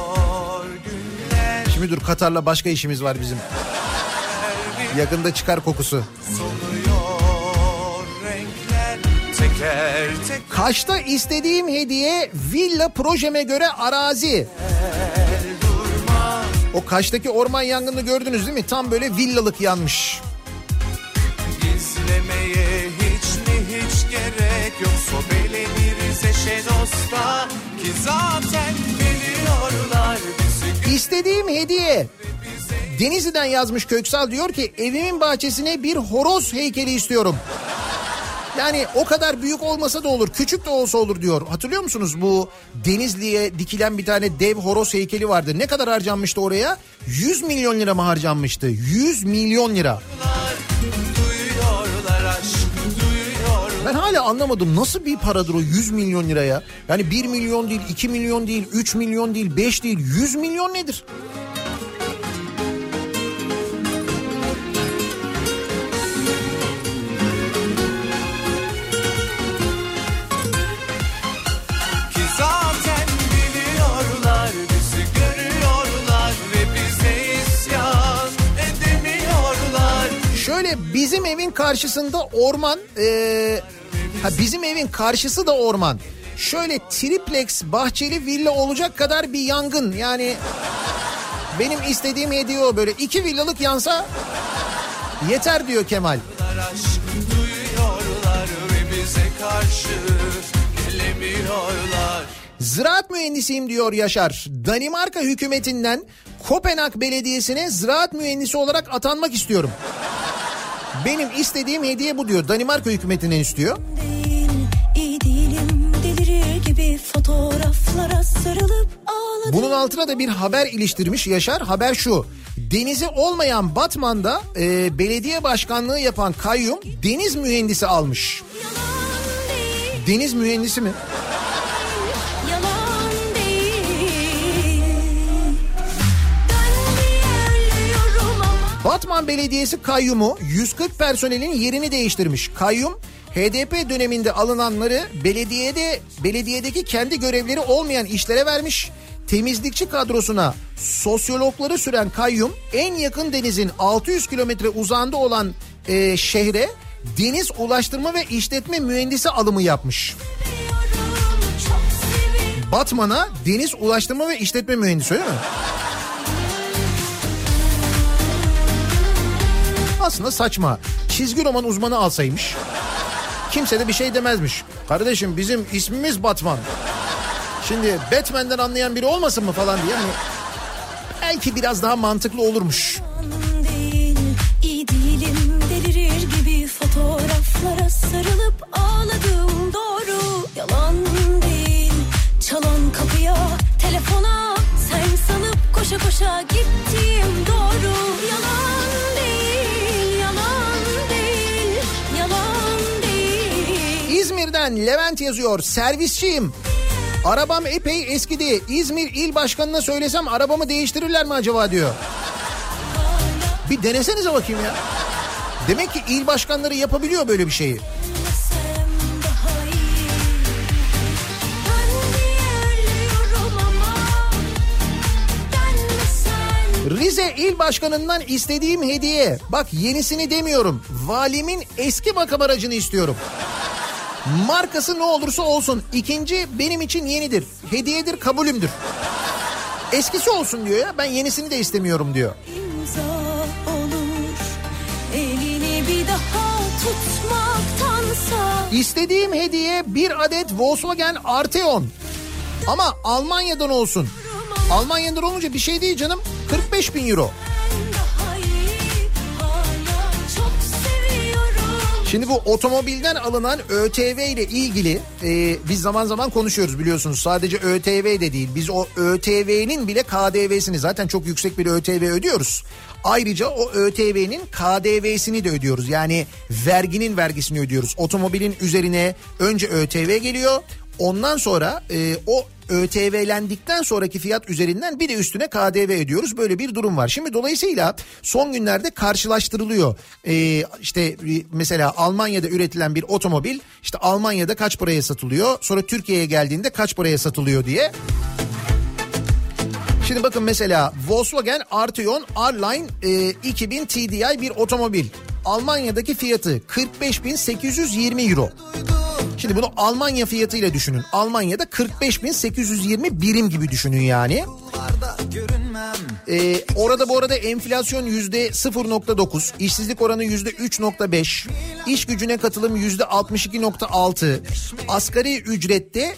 Speaker 1: Şimdi dur, Katar'la başka işimiz var bizim. Yakında çıkar kokusu.
Speaker 3: Teker teker.
Speaker 1: Kaş'ta istediğim hediye villa projeme göre arazi. O Kaş'taki orman yangını gördünüz değil mi? Tam böyle villalık yanmış.
Speaker 3: Gizlemeye hiç mi hiç gerek yok. Sobeleniriz eşe dosta. Ki zaten biliyorlar bizi.
Speaker 1: İstediğim hediye. Denizli'den yazmış Köksal, diyor ki evimin bahçesine bir horoz heykeli istiyorum. Yani o kadar büyük olmasa da olur, küçük de olsa olur diyor. Hatırlıyor musunuz bu Denizli'ye dikilen bir tane dev horoz heykeli vardı. Ne kadar harcanmıştı oraya? 100 milyon lira mı harcanmıştı? 100 milyon lira. Ben hala anlamadım, nasıl bir paradır o 100 milyon liraya? Yani 1 milyon değil, 2 milyon değil, 3 milyon değil, 5 değil, 100 milyon nedir? Şöyle bizim evin karşısında orman, bizim evin karşısı da orman. Şöyle triplex bahçeli villa olacak kadar bir yangın. Yani benim istediğim hediye o, böyle 2 villalık yansa yeter diyor Kemal. Ziraat mühendisiyim diyor Yaşar. Danimarka hükümetinden Kopenhag Belediyesi'ne ziraat mühendisi olarak atanmak istiyorum. Benim istediğim hediye bu diyor. Danimarka hükümetinden istiyor. Bunun altına da bir haber iliştirmiş Yaşar. Haber şu: denizi olmayan Batman'da belediye başkanlığı yapan kayyum deniz mühendisi almış. Deniz mühendisi mi? Batman Belediyesi kayyumu 140 personelin yerini değiştirmiş. Kayyum HDP döneminde alınanları belediyedeki kendi görevleri olmayan işlere vermiş. Temizlikçi kadrosuna sosyologları süren kayyum en yakın denizin 600 kilometre uzağında olan şehre Deniz Ulaştırma ve İşletme Mühendisi alımı yapmış. Batman'a Deniz Ulaştırma ve İşletme Mühendisi, öyle mi? Aslında saçma. Çizgi roman uzmanı alsaymış. Kimse de bir şey demezmiş. Kardeşim bizim ismimiz Batman. Şimdi Batman'den anlayan biri olmasın mı falan diye. Yani belki biraz daha mantıklı olurmuş.
Speaker 11: Değil, iyi değilim, delirir gibi fotoğraflara sarılıp ağladım, doğru yalan değil. Çalan kapıya, telefona sen sanıp koşa koşa gittiğim doğru yalan değil, yalan değil, yalan değil.
Speaker 1: İzmir'den Levent yazıyor, servisçiyim. Arabam epey eskidi. İzmir İl Başkanı'na söylesem arabamı değiştirirler mi acaba diyor. Bir denesenize bakayım ya. Demek ki il başkanları yapabiliyor böyle bir şeyi. Rize İl Başkanı'ndan istediğim hediye. Bak yenisini demiyorum. Valimin eski makam aracını istiyorum. Markası ne olursa olsun. İkinci benim için yenidir. Hediyedir, kabulümdür. Eskisi olsun diyor ya. Ben yenisini de istemiyorum diyor.
Speaker 11: İmza olur, elini bir daha tutmaktansa.
Speaker 1: İstediğim hediye bir adet Volkswagen Arteon. Ama Almanya'dan olsun. Almanya'dan olunca bir şey değil canım. 45.000 euro. Şimdi bu otomobilden alınan ÖTV ile ilgili biz zaman zaman konuşuyoruz biliyorsunuz. Sadece ÖTV de değil. Biz o ÖTV'nin bile KDV'sini, zaten çok yüksek bir ÖTV ödüyoruz. Ayrıca o ÖTV'nin KDV'sini de ödüyoruz. Yani verginin vergisini ödüyoruz. Otomobilin üzerine önce ÖTV geliyor. Ondan sonra o ÖTV'lendikten sonraki fiyat üzerinden bir de üstüne KDV ödüyoruz. Böyle bir durum var. Şimdi dolayısıyla son günlerde karşılaştırılıyor. İşte mesela Almanya'da üretilen bir otomobil işte Almanya'da kaç paraya satılıyor? Sonra Türkiye'ye geldiğinde kaç paraya satılıyor diye. Şimdi bakın mesela Volkswagen Arteon R-Line 2000 TDI bir otomobil. Almanya'daki fiyatı 45.820 euro. Şimdi bunu Almanya fiyatıyla düşünün. Almanya'da 45.820 birim gibi düşünün yani. Orada bu arada enflasyon %0.9, işsizlik oranı %3.5, iş gücüne katılım %62.6, asgari ücrette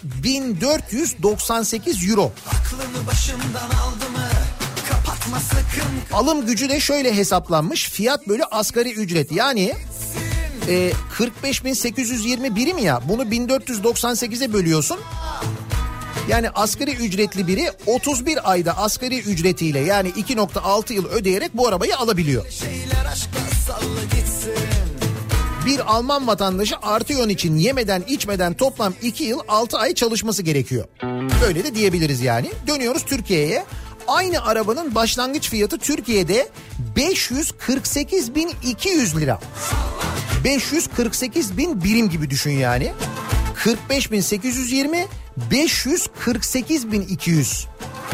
Speaker 1: 1498 euro. Alım gücü de şöyle hesaplanmış, fiyat bölü asgari ücret yani 45.820 birim ya, bunu 1498'e bölüyorsun. Yani asgari ücretli biri 31 ayda asgari ücretiyle yani 2.6 yıl ödeyerek bu arabayı alabiliyor. Bir Alman vatandaşı Arteon için yemeden içmeden toplam 2 yıl 6 ay çalışması gerekiyor. Böyle de diyebiliriz yani. Dönüyoruz Türkiye'ye. Aynı arabanın başlangıç fiyatı Türkiye'de 548.200 lira. 548.000 birim gibi düşün yani. 45.820, 548.200.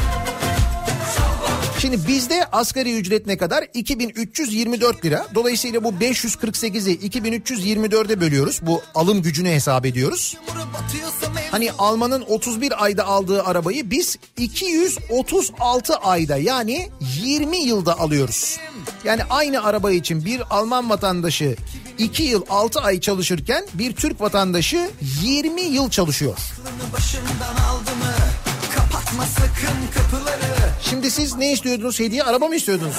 Speaker 1: Şimdi bizde asgari ücret ne kadar? 2324 lira. Dolayısıyla bu 548'i 2324'e bölüyoruz. Bu alım gücünü hesap ediyoruz. Hani Alman'ın 31 ayda aldığı arabayı biz 236 ayda yani 20 yılda alıyoruz. Yani aynı araba için bir Alman vatandaşı 2 yıl 6 ay çalışırken bir Türk vatandaşı 20 yıl çalışıyor. Şimdi siz ne istiyordunuz? Hediye araba mı istiyordunuz?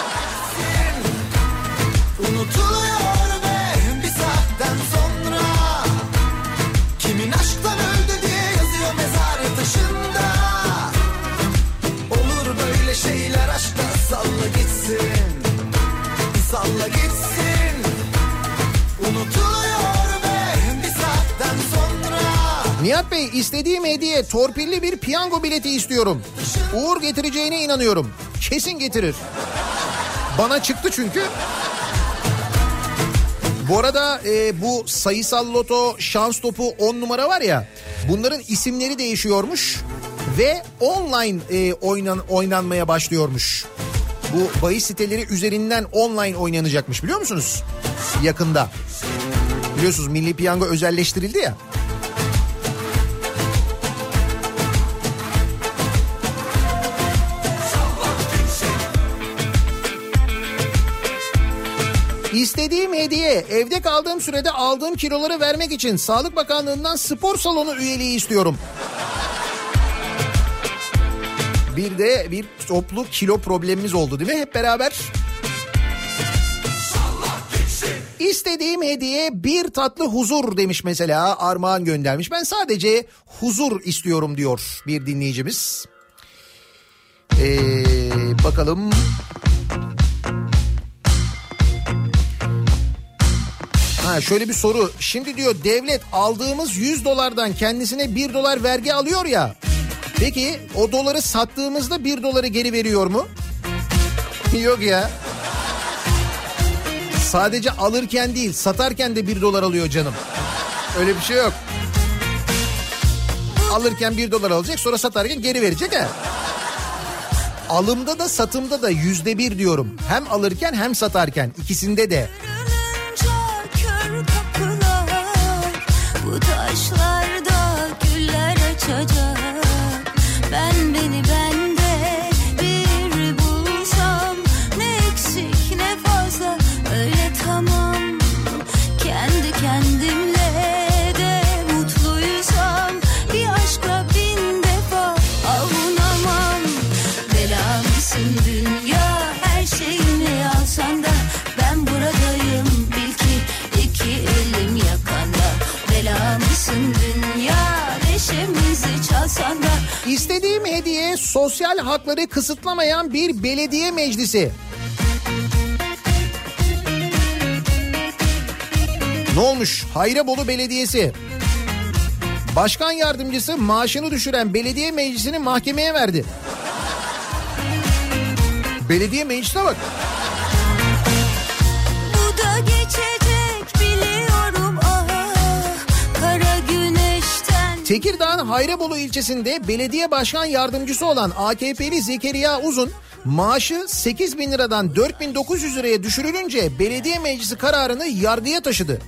Speaker 8: Unutuluyor be bir saatten sonra. Kimin aşktan öldü diye yazıyor mezar taşında. Olur böyle şeyler aşkta, salla gitsin. Salla gitsin. Unutuluyor be bir saatten sonra.
Speaker 1: Nihat Bey, istediğim hediye torpilli bir piyango bileti istiyorum. Uğur getireceğine inanıyorum. Kesin getirir. Bana çıktı çünkü. Bu arada bu sayısal loto, şans topu 10 numara var ya, bunların isimleri değişiyormuş ve online oynanmaya başlıyormuş. Bu bahis siteleri üzerinden online oynanacakmış, biliyor musunuz? Yakında. Biliyorsunuz Milli Piyango özelleştirildi ya. İstediğim hediye, evde kaldığım sürede aldığım kiloları vermek için Sağlık Bakanlığı'ndan spor salonu üyeliği istiyorum. Bir de bir toplu kilo problemimiz oldu değil mi hep beraber? İstediğim hediye bir tatlı huzur demiş mesela, Armağan göndermiş. Ben sadece huzur istiyorum diyor bir dinleyicimiz. Bakalım. Ha, şöyle bir soru. Şimdi diyor devlet aldığımız 100 dolardan kendisine 1 dolar vergi alıyor ya. Peki o doları sattığımızda 1 doları geri veriyor mu? Yok ya. Sadece alırken değil, satarken de 1 dolar alıyor canım. Öyle bir şey yok. Alırken 1 dolar alacak, sonra satarken geri verecek ha. Alımda da satımda da %1 diyorum. Hem alırken hem satarken, ikisinde de.
Speaker 11: Bu taşlarda güller açacak. Ben beni bende bir bulsam, ne eksik ne fazla, öyle tamam. Kendi kendimle de mutluysam, bir aşkla 1000 defa avunamam. Bela mısın dünya, her şeyimi alsan da ben buradayım, bil ki 2 elim yakanda. Bela mısın dünya, neşemizi çalsan da.
Speaker 1: İstediğim hediye sosyal hakları kısıtlamayan bir belediye meclisi. Ne olmuş? Hayrabolu Belediyesi. Başkan yardımcısı maaşını düşüren belediye meclisini mahkemeye verdi. Belediye meclisine bak.
Speaker 11: Bu da geçecek biliyorum, kara güneşten.
Speaker 1: Tekirdağ'ın Hayrabolu ilçesinde belediye başkan yardımcısı olan AKP'li Zekeriya Uzun maaşı 8.000 liradan 4.900 liraya düşürülünce belediye meclisi kararını yargıya taşıdı.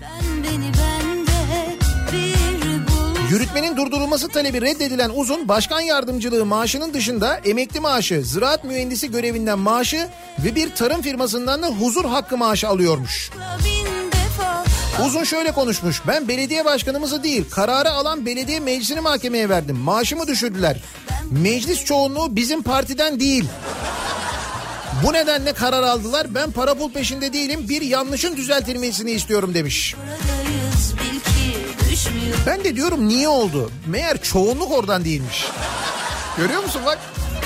Speaker 1: Yürütmenin durdurulması talebi reddedilen Uzun, başkan yardımcılığı maaşının dışında emekli maaşı, ziraat mühendisi görevinden maaşı ve bir tarım firmasından da huzur hakkı maaşı alıyormuş. Uzun şöyle konuşmuş: ben belediye başkanımızı değil, kararı alan belediye meclisini mahkemeye verdim. Maaşımı düşürdüler. Meclis çoğunluğu bizim partiden değil. Bu nedenle karar aldılar. Ben para pul peşinde değilim. Bir yanlışın düzeltilmesini istiyorum demiş. Ben de diyorum niye oldu? Meğer çoğunluk oradan değilmiş. Görüyor musun bak?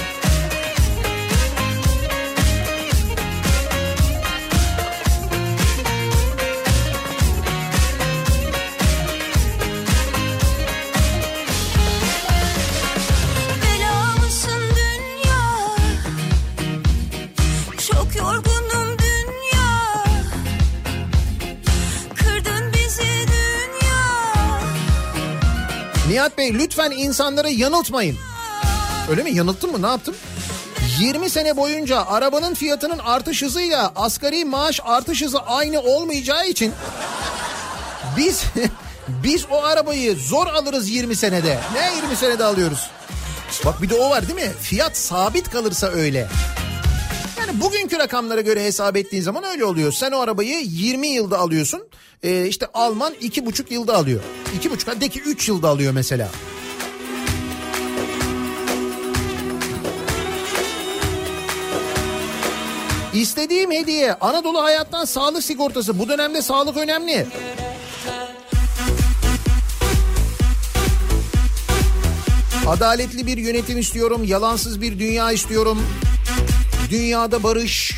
Speaker 1: Nihat Bey lütfen insanları yanıltmayın. Öyle mi? Yanılttın mı? Ne yaptım? 20 sene boyunca arabanın fiyatının artış hızıyla asgari maaş artış hızı aynı olmayacağı için biz o arabayı zor alırız 20 senede. Ne 20 senede alıyoruz? Bak bir de o var değil mi? Fiyat sabit kalırsa öyle. Yani bugünkü rakamlara göre hesap ettiğin zaman öyle oluyor. Sen o arabayı 20 yılda alıyorsun. İşte Alman 2,5 yılda alıyor. 2,5 hatta ki 3 yılda alıyor mesela. İstediğim hediye Anadolu Hayat'tan sağlık sigortası. Bu dönemde sağlık önemli. Adaletli bir yönetim istiyorum. Yalansız bir dünya istiyorum. Dünyada barış.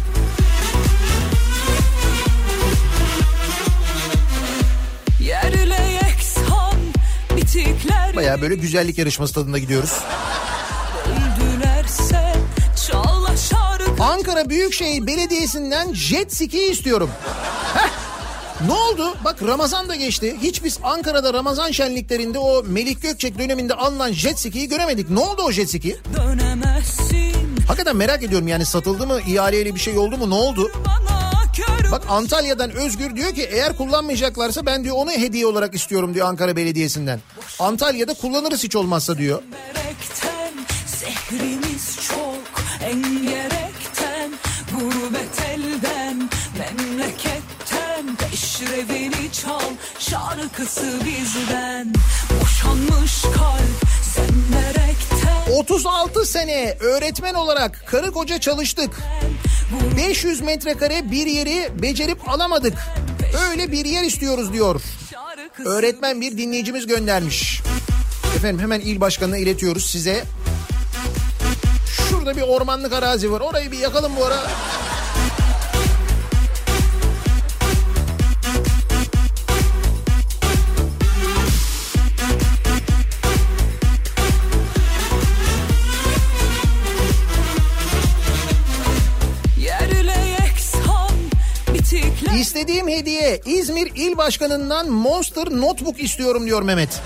Speaker 1: Bayağı böyle güzellik yarışması tadında gidiyoruz. Ankara Büyükşehir Belediyesi'nden jet ski istiyorum. Heh. Ne oldu? Bak Ramazan da geçti. Hiç biz Ankara'da Ramazan şenliklerinde o Melik Gökçek döneminde alınan jet ski'yi göremedik. Ne oldu o jet ski? Hakikaten merak ediyorum yani, satıldı mı, ihaleyle bir şey oldu mu, ne oldu? Bak Antalya'dan Özgür diyor ki eğer kullanmayacaklarsa ben diyor onu hediye olarak istiyorum diyor Ankara Belediyesi'nden. Antalya'da kullanırız hiç olmazsa diyor.
Speaker 4: Zehrimiz çok engerekten, gurbet elden, memleketten, peşrevini çal, şarkısı bizden, boşanmış kalp senderekten.
Speaker 1: 36 sene öğretmen olarak karı koca çalıştık. 500 metrekare bir yeri becerip alamadık. Öyle bir yer istiyoruz diyor. Öğretmen bir dinleyicimiz göndermiş. Efendim hemen il başkanına iletiyoruz size. Şurada bir ormanlık arazi var. Orayı bir yakalım bu ara. İstediğim hediye İzmir İl Başkanı'ndan Monster Notebook istiyorum diyor Mehmet.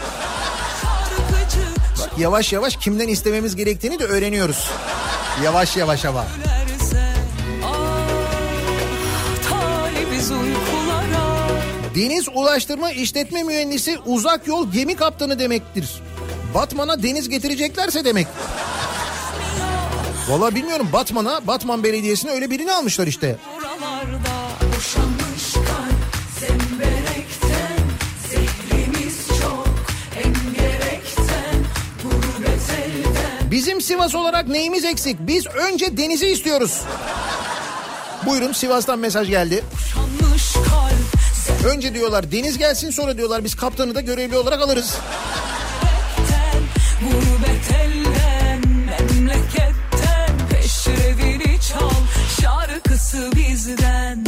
Speaker 1: Bak yavaş yavaş kimden istememiz gerektiğini de öğreniyoruz. Yavaş yavaş ama. Deniz Ulaştırma İşletme Mühendisi uzak yol gemi kaptanı demektir. Batman'a deniz getireceklerse demek. Vallahi bilmiyorum, Batman Belediyesi'ne öyle birini almışlar işte. Bizim Sivas olarak neyimiz eksik? Biz önce denizi istiyoruz. Buyurun, Sivas'tan mesaj geldi. Önce diyorlar deniz gelsin, sonra diyorlar biz kaptanı da görevli olarak alırız. Gurbet elden, memleketten, peşrevini çal, şarkısı bizden.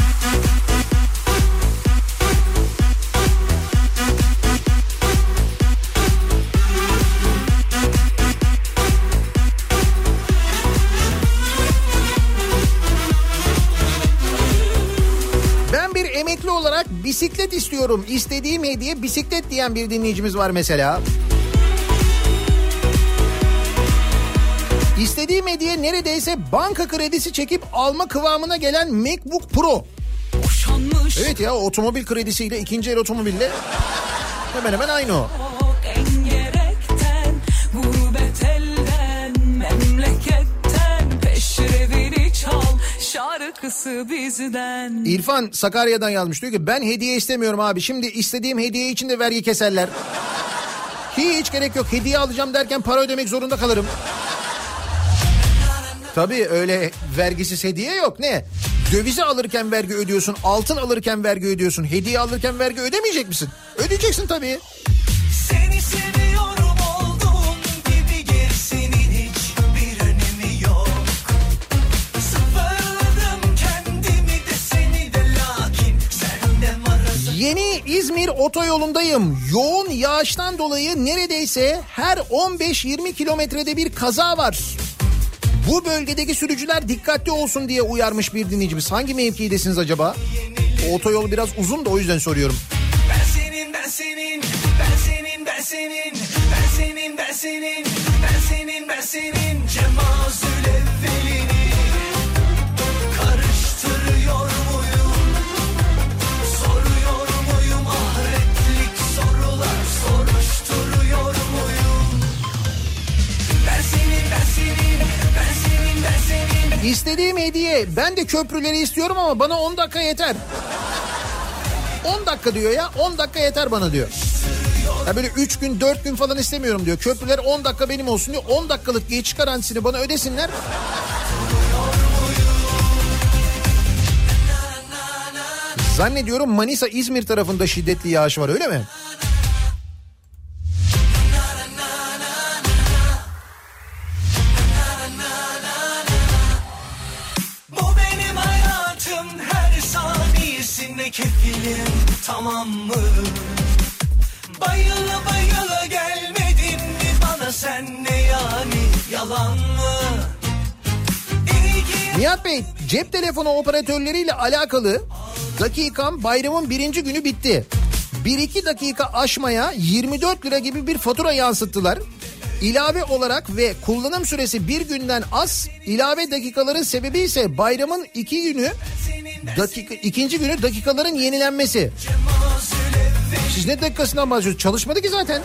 Speaker 1: Emekli olarak bisiklet istiyorum. İstediğim hediye bisiklet diyen bir dinleyicimiz var mesela. İstediğim hediye neredeyse banka kredisi çekip alma kıvamına gelen MacBook Pro. Boşanmış. Evet ya, otomobil kredisiyle, ikinci el otomobille hemen hemen aynı o. Engerekten, gurbet elden, memleketten, peşrevini çal, şarkısı bizden. İrfan Sakarya'dan yazmış, diyor ki ben hediye istemiyorum abi. Şimdi istediğim hediye için de vergi keserler. Hiç gerek yok. Hediye alacağım derken para ödemek zorunda kalırım. Tabii öyle vergisiz hediye yok. Ne? Dövizi alırken vergi ödüyorsun. Altın alırken vergi ödüyorsun. Hediye alırken vergi ödemeyecek misin? Ödeyeceksin tabii. Seni seviyorum olduğun gibi, gerisinin hiçbir önemi yok. Sıfırladım kendimi de seni de, lakin senden arası. Yeni İzmir otoyolundayım. Yoğun yağıştan dolayı neredeyse her 15-20 kilometrede bir kaza var. Bu bölgedeki sürücüler dikkatli olsun diye uyarmış bir dinleyicimiz. Hangi mevkidesiniz acaba? O otoyol biraz uzun da o yüzden soruyorum. Ben senin, ben senin, ben senin, ben senin, ben senin, ben senin, ben senin, ben senin Cemazül evvelini karıştırıyor muyum? Soruyor muyum? Ahretlik sorular soruşturuyor muyum? Ben senin, ben senin, ben senin, ben senin. İstediğim hediye, ben de köprüleri istiyorum ama bana 10 dakika yeter. 10 dakika diyor ya, 10 dakika yeter bana diyor. Ya böyle 3 gün 4 gün falan istemiyorum diyor. Köprüler 10 dakika benim olsun diyor. 10 dakikalık geçiş garantisini bana ödesinler. Zannediyorum Manisa İzmir tarafında şiddetli yağış var, öyle mi?
Speaker 8: Kefilim tamam mı? Bayıla bayıla gelmedin mi bana, sen ne yani, yalan mı?
Speaker 1: Nihat Bey, cep telefonu operatörleriyle alakalı dakikam bayramın 1. günü bitti. 1-2 dakika aşmaya 24 lira gibi bir fatura yansıttılar. ilave olarak ve kullanım süresi bir günden az, ilave dakikaların sebebi ise bayramın ikinci günü dakikaların yenilenmesi. Siz ne dakikasından bahsediyorsunuz? Çalışmadı ki zaten.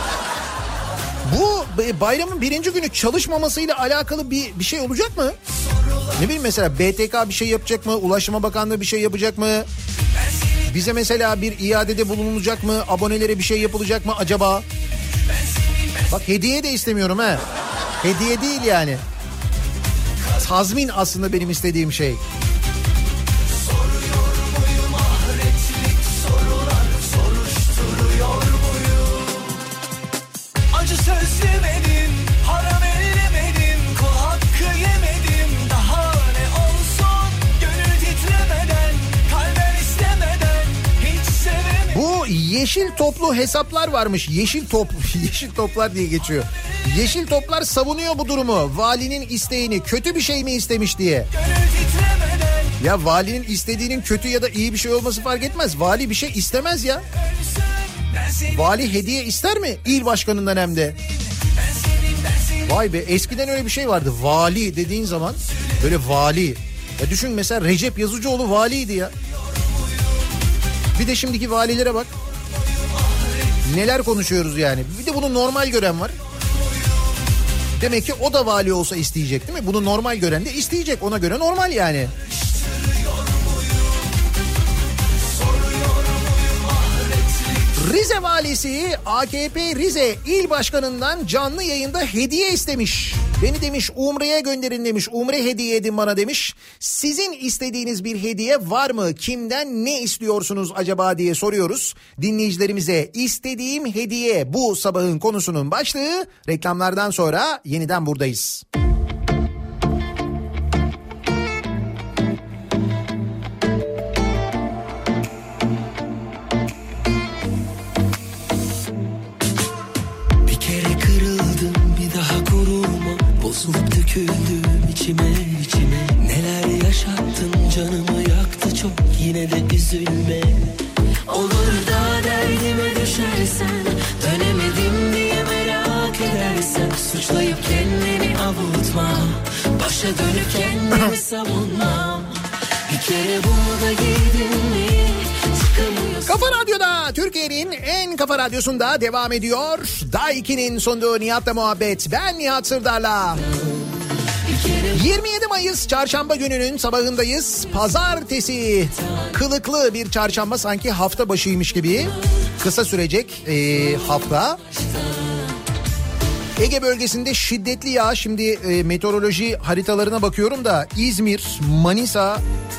Speaker 1: Bu bayramın birinci günü çalışmamasıyla alakalı bir şey olacak mı? Ne bileyim, mesela BTK bir şey yapacak mı? Ulaştırma Bakanlığı bir şey yapacak mı? Bize mesela bir iadede bulunulacak mı? Abonelere bir şey yapılacak mı acaba? Bak, hediye de istemiyorum ha. Hediye değil yani. Tazmin aslında benim istediğim şey.
Speaker 8: Acı söz yemedim, haram ellemedim, kul hakkı yemedim. Daha ne olsun, gönül titremeden, kalben istemeden, hiç sevemedim.
Speaker 1: Bu yeşil toplu hesaplar varmış. Yeşil toplar diye geçiyor. Yeşil toplar savunuyor bu durumu. Valinin isteğini, kötü bir şey mi istemiş diye. Ya valinin istediğinin kötü ya da iyi bir şey olması fark etmez. Vali bir şey istemez ya. Vali hediye ister mi? İl başkanından hem de. Vay be, eskiden öyle bir şey vardı. Vali dediğin zaman böyle vali. Ya düşün mesela, Recep Yazıcıoğlu valiydi ya. Bir de şimdiki valilere bak. Neler konuşuyoruz yani. Bir de bunu normal gören var. Demek ki o da vali olsa isteyecek değil mi? Bunu normal gören de isteyecek. Ona göre normal yani. Rize valisi AKP Rize İl Başkanı'ndan canlı yayında hediye istemiş. Beni demiş Umre'ye gönderin demiş. Umre hediye edin bana demiş. Sizin istediğiniz bir hediye var mı? Kimden ne istiyorsunuz acaba diye soruyoruz dinleyicilerimize. İstediğim hediye bu sabahın konusunun başlığı. Reklamlardan sonra yeniden buradayız.
Speaker 12: Bozulup döküldüm içime. Neler yaşattın, canımı yaktı çok, yine de üzülme. Olur da derdime düşersen, dönemedim diye merak edersen, suçlayıp kendini avutma, başa dönüp kendimi savunma. Bir kere bunu da giydin mi?
Speaker 1: Kafa Radyo'da, Türkiye'nin en kafa radyosunda devam ediyor. Daiki'nin sunduğu Nihat'la muhabbet. Ben Nihat Sırdar'la. 27 Mayıs çarşamba gününün sabahındayız. Pazartesi, kılıklı bir çarşamba, sanki hafta başıymış gibi. Kısa sürecek hafta. Ege bölgesinde şiddetli yağış. Şimdi meteoroloji haritalarına bakıyorum da İzmir, Manisa,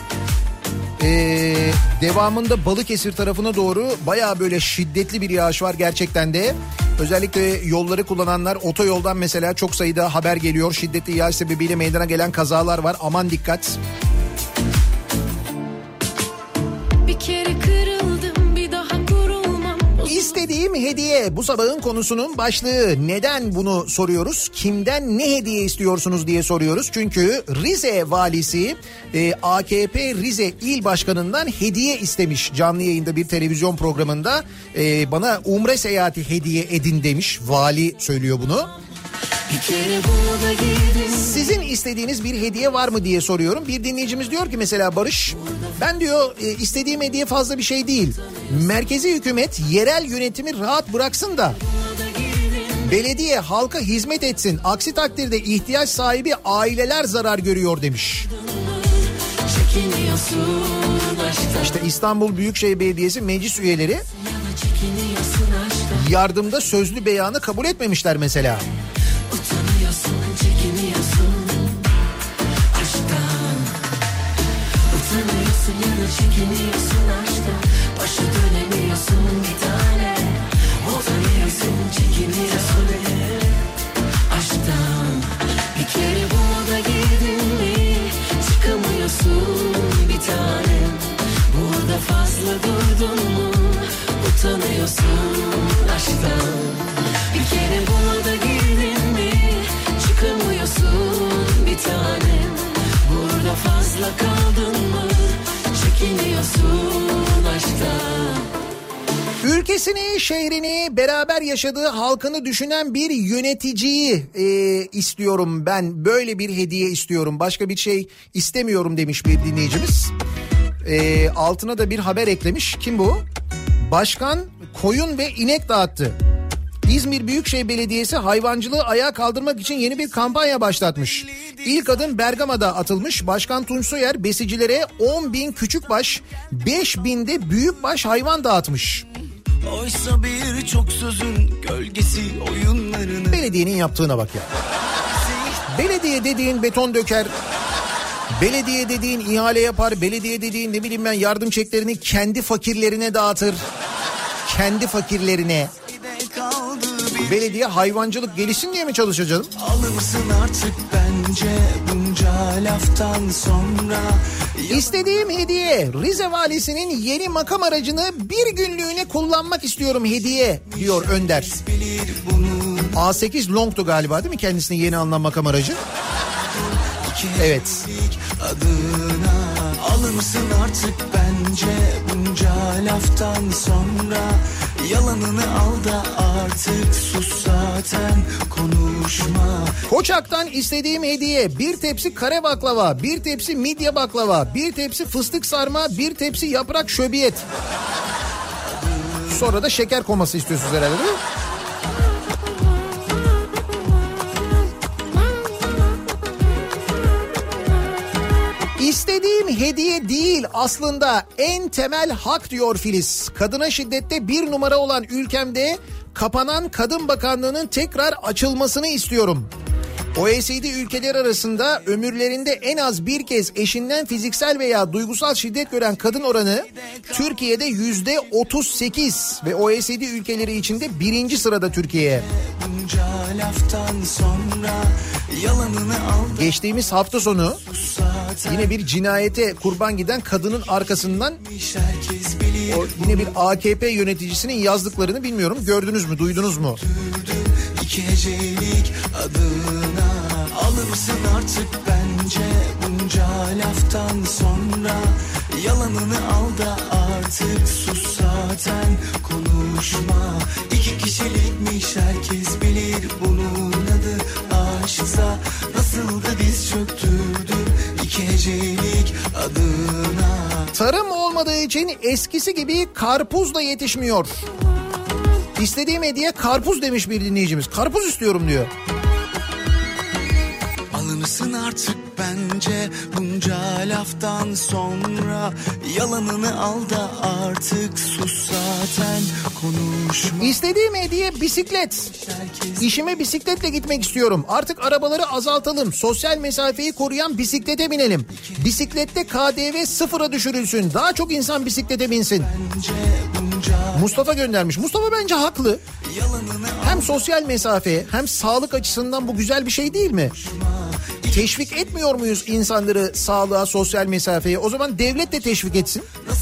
Speaker 1: devamında Balıkesir tarafına doğru bayağı böyle şiddetli bir yağış var gerçekten de. Özellikle yolları kullananlar, otoyoldan mesela çok sayıda haber geliyor. Şiddetli yağış sebebiyle meydana gelen kazalar var. Aman dikkat.
Speaker 11: Bir kere kırıldım, bir daha kurulmam.
Speaker 1: İstediğim hediye bu sabahın konusunun başlığı. Neden bunu soruyoruz? Kimden ne hediye istiyorsunuz diye soruyoruz. Çünkü Rize valisi AKP Rize İl Başkanı'ndan hediye istemiş. Canlı yayında bir televizyon programında bana umre seyahati hediye edin demiş. Vali söylüyor bunu. Sizin istediğiniz bir hediye var mı diye soruyorum. Bir dinleyicimiz diyor ki mesela, Barış, ben diyor istediğim hediye fazla bir şey değil. Merkezi hükümet yerel yönetimi rahat bıraksın da belediye halka hizmet etsin. Aksi takdirde ihtiyaç sahibi aileler zarar görüyor demiş. İşte İstanbul Büyükşehir Belediyesi meclis üyeleri yardımda sözlü beyanı kabul etmemişler mesela.
Speaker 12: Utanıyorsun, çekiniyorsun aşktan. Utanıyorsun ya da çekiniyorsun aşktan. Başa dönemiyorsun bir tane. Utanıyorsun, çekiniyorsun aşktan. Bir kere bunu da giydin mi? Çıkamıyorsun bir tane. Burada fazla durdun mu? Utanıyorsun aşktan. Bir kere bunu da giydin mi? Çıkamıyorsun bir tanem. Burada fazla kaldın mı? Çekiniyorsun aşktan.
Speaker 1: Ülkesini, şehrini, beraber yaşadığı halkını düşünen bir yöneticiyi istiyorum ben. Böyle bir hediye istiyorum. Başka bir şey istemiyorum demiş bir dinleyicimiz. Altına da bir haber eklemiş. Kim bu? Başkan koyun ve inek dağıttı. İzmir Büyükşehir Belediyesi hayvancılığı ayağa kaldırmak için yeni bir kampanya başlatmış. İlk adım Bergama'da atılmış. Başkan Tunç Soyer besicilere 10.000 küçükbaş, 5.000 de büyükbaş hayvan dağıtmış.
Speaker 8: Oysa birçok sözün gölgesi oyunlarını.
Speaker 1: Belediyenin yaptığına bak ya. Belediye dediğin beton döker. Belediye dediğin ihale yapar. Belediye dediğin ne bileyim ben yardım çeklerini kendi fakirlerine dağıtır. Kendi fakirlerine. Belediye hayvancılık gelişsin diye mi çalışıyor canım?
Speaker 8: Alırsın artık bence bunca laftan sonra.
Speaker 1: İstediğim hediye Rize Valisi'nin yeni makam aracını bir günlüğüne kullanmak istiyorum hediye diyor Önder. A8 Long'tu galiba değil mi kendisine yeni alınan makam aracı? Evet.
Speaker 8: Adına alırsın artık bence bunca laftan sonra. Yalanını al da artık sus zaten konuşma.
Speaker 1: Koçak'tan istediğim hediye bir tepsi kare baklava, bir tepsi midye baklava, bir tepsi fıstık sarma, bir tepsi yaprak şöbiyet. Sonra da şeker koması istiyorsunuz herhalde değil mi? İstediğim hediye değil aslında en temel hak diyor Filiz. Kadına şiddette bir numara olan ülkemde kapanan Kadın Bakanlığı'nın tekrar açılmasını istiyorum. OECD ülkeler arasında ömürlerinde en az bir kez eşinden fiziksel veya duygusal şiddet gören kadın oranı Türkiye'de %38 ve OECD ülkeleri içinde 1. sırada Türkiye. Geçtiğimiz hafta sonu yine bir cinayete kurban giden kadının arkasından yine bir AKP yöneticisinin yazdıklarını bilmiyorum. Gördünüz mü, duydunuz mu?
Speaker 8: İki hecelik adına alırsın artık bence bunca laftan sonra. Yalanını al da artık sus zaten konuşma. İki kişilikmiş herkes bilir bunun adı aşksa. Nasıl da diz çöktürdüm iki hecelik adına.
Speaker 1: Tarım olmadığı için eskisi gibi karpuz da yetişmiyor. İstediğim hediye karpuz demiş bir dinleyicimiz. Karpuz istiyorum diyor.
Speaker 8: Alınırsın artık bence bunca laftan sonra. Yalanını al da artık sus zaten konuşma.
Speaker 1: İstediğim hediye bisiklet. İşime bisikletle gitmek istiyorum. Artık arabaları azaltalım. Sosyal mesafeyi koruyan bisiklete binelim. Bisiklette KDV sıfıra düşürülsün. Daha çok insan bisiklete binsin. Mustafa göndermiş. Mustafa bence haklı. Hem sosyal mesafe hem sağlık açısından bu güzel bir şey değil mi? Teşvik etmiyor muyuz insanları sağlığa, sosyal mesafeye? O zaman devlet de teşvik etsin.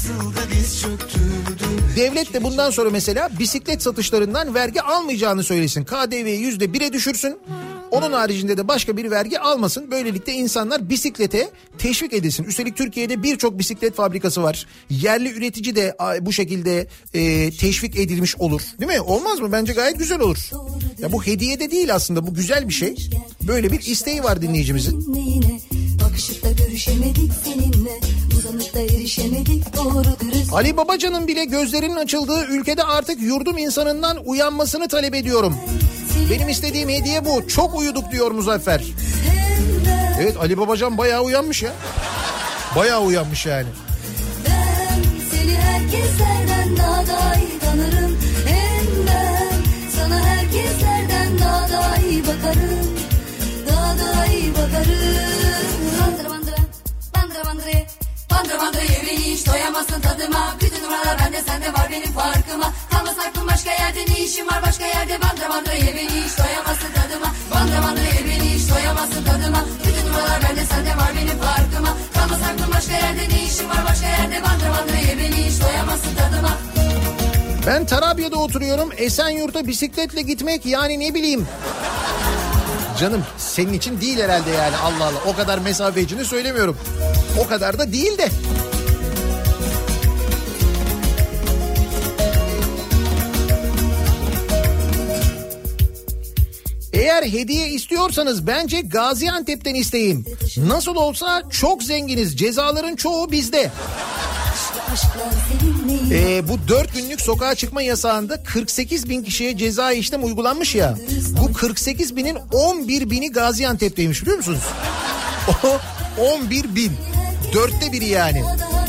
Speaker 1: Devlet de bundan sonra mesela bisiklet satışlarından vergi almayacağını söylesin. KDV'yi %1'e düşürsün. Onun haricinde de başka bir vergi almasın. Böylelikle insanlar bisiklete teşvik edilsin. Üstelik Türkiye'de birçok bisiklet fabrikası var. Yerli üretici de bu şekilde teşvik edilmiş olur. Değil mi? Olmaz mı? Bence gayet güzel olur. Ya bu hediye de değil aslında. Bu güzel bir şey. Böyle bir isteği var dinleyicimizin.
Speaker 13: Bakışıp da görüşemedik seninle. Uzanıp da erişemedik doğru dürüst.
Speaker 1: Ali Babacan'ın bile gözlerinin açıldığı ülkede artık yurdum insanından uyanmasını talep ediyorum. Benim istediğim hediye bu. Çok uyuduk diyor Muzaffer. Evet, Ali Babacan bayağı uyanmış ya. Bayağı uyanmış yani.
Speaker 13: Ben seni herkeslerden daha iyi tanırım. Hem ben sana herkeslerden daha iyi bakarım. Daha iyi bakarım. Bandıra bandıra, bandıra bandıra. Bandıra bandıra ye beni hiç doyamazsın tadıma. Bütün numaralar bende sende var benim farkıma. Kalmaz aklım başka yerde ne işim var başka yerde. Bandıra bandıra ye beni hiç doyamazsın tadıma. Bandıra bandıra ye beni hiç doyamazsın tadıma. Bütün numaralar bende sende var benim farkıma. Kalmaz aklım başka yerde ne işim var başka yerde. Bandıra bandıra ye beni hiç doyamazsın tadıma.
Speaker 1: Ben Tarabya'da oturuyorum. Esenyurt'a bisikletle gitmek yani ne bileyim. Canım senin için değil herhalde yani, Allah Allah. O kadar mesafe içini söylemiyorum. O kadar da değil de. Eğer hediye istiyorsanız bence Gaziantep'ten isteyin. Nasıl olsa çok zenginiz, cezaların çoğu bizde. Bu 4 günlük sokağa çıkma yasağında 48 bin kişiye ceza işlem uygulanmış ya. Bu 48 binin 11 bini Gaziantep'teymiş, biliyor musunuz? O 11 bin. 4'te biri yani.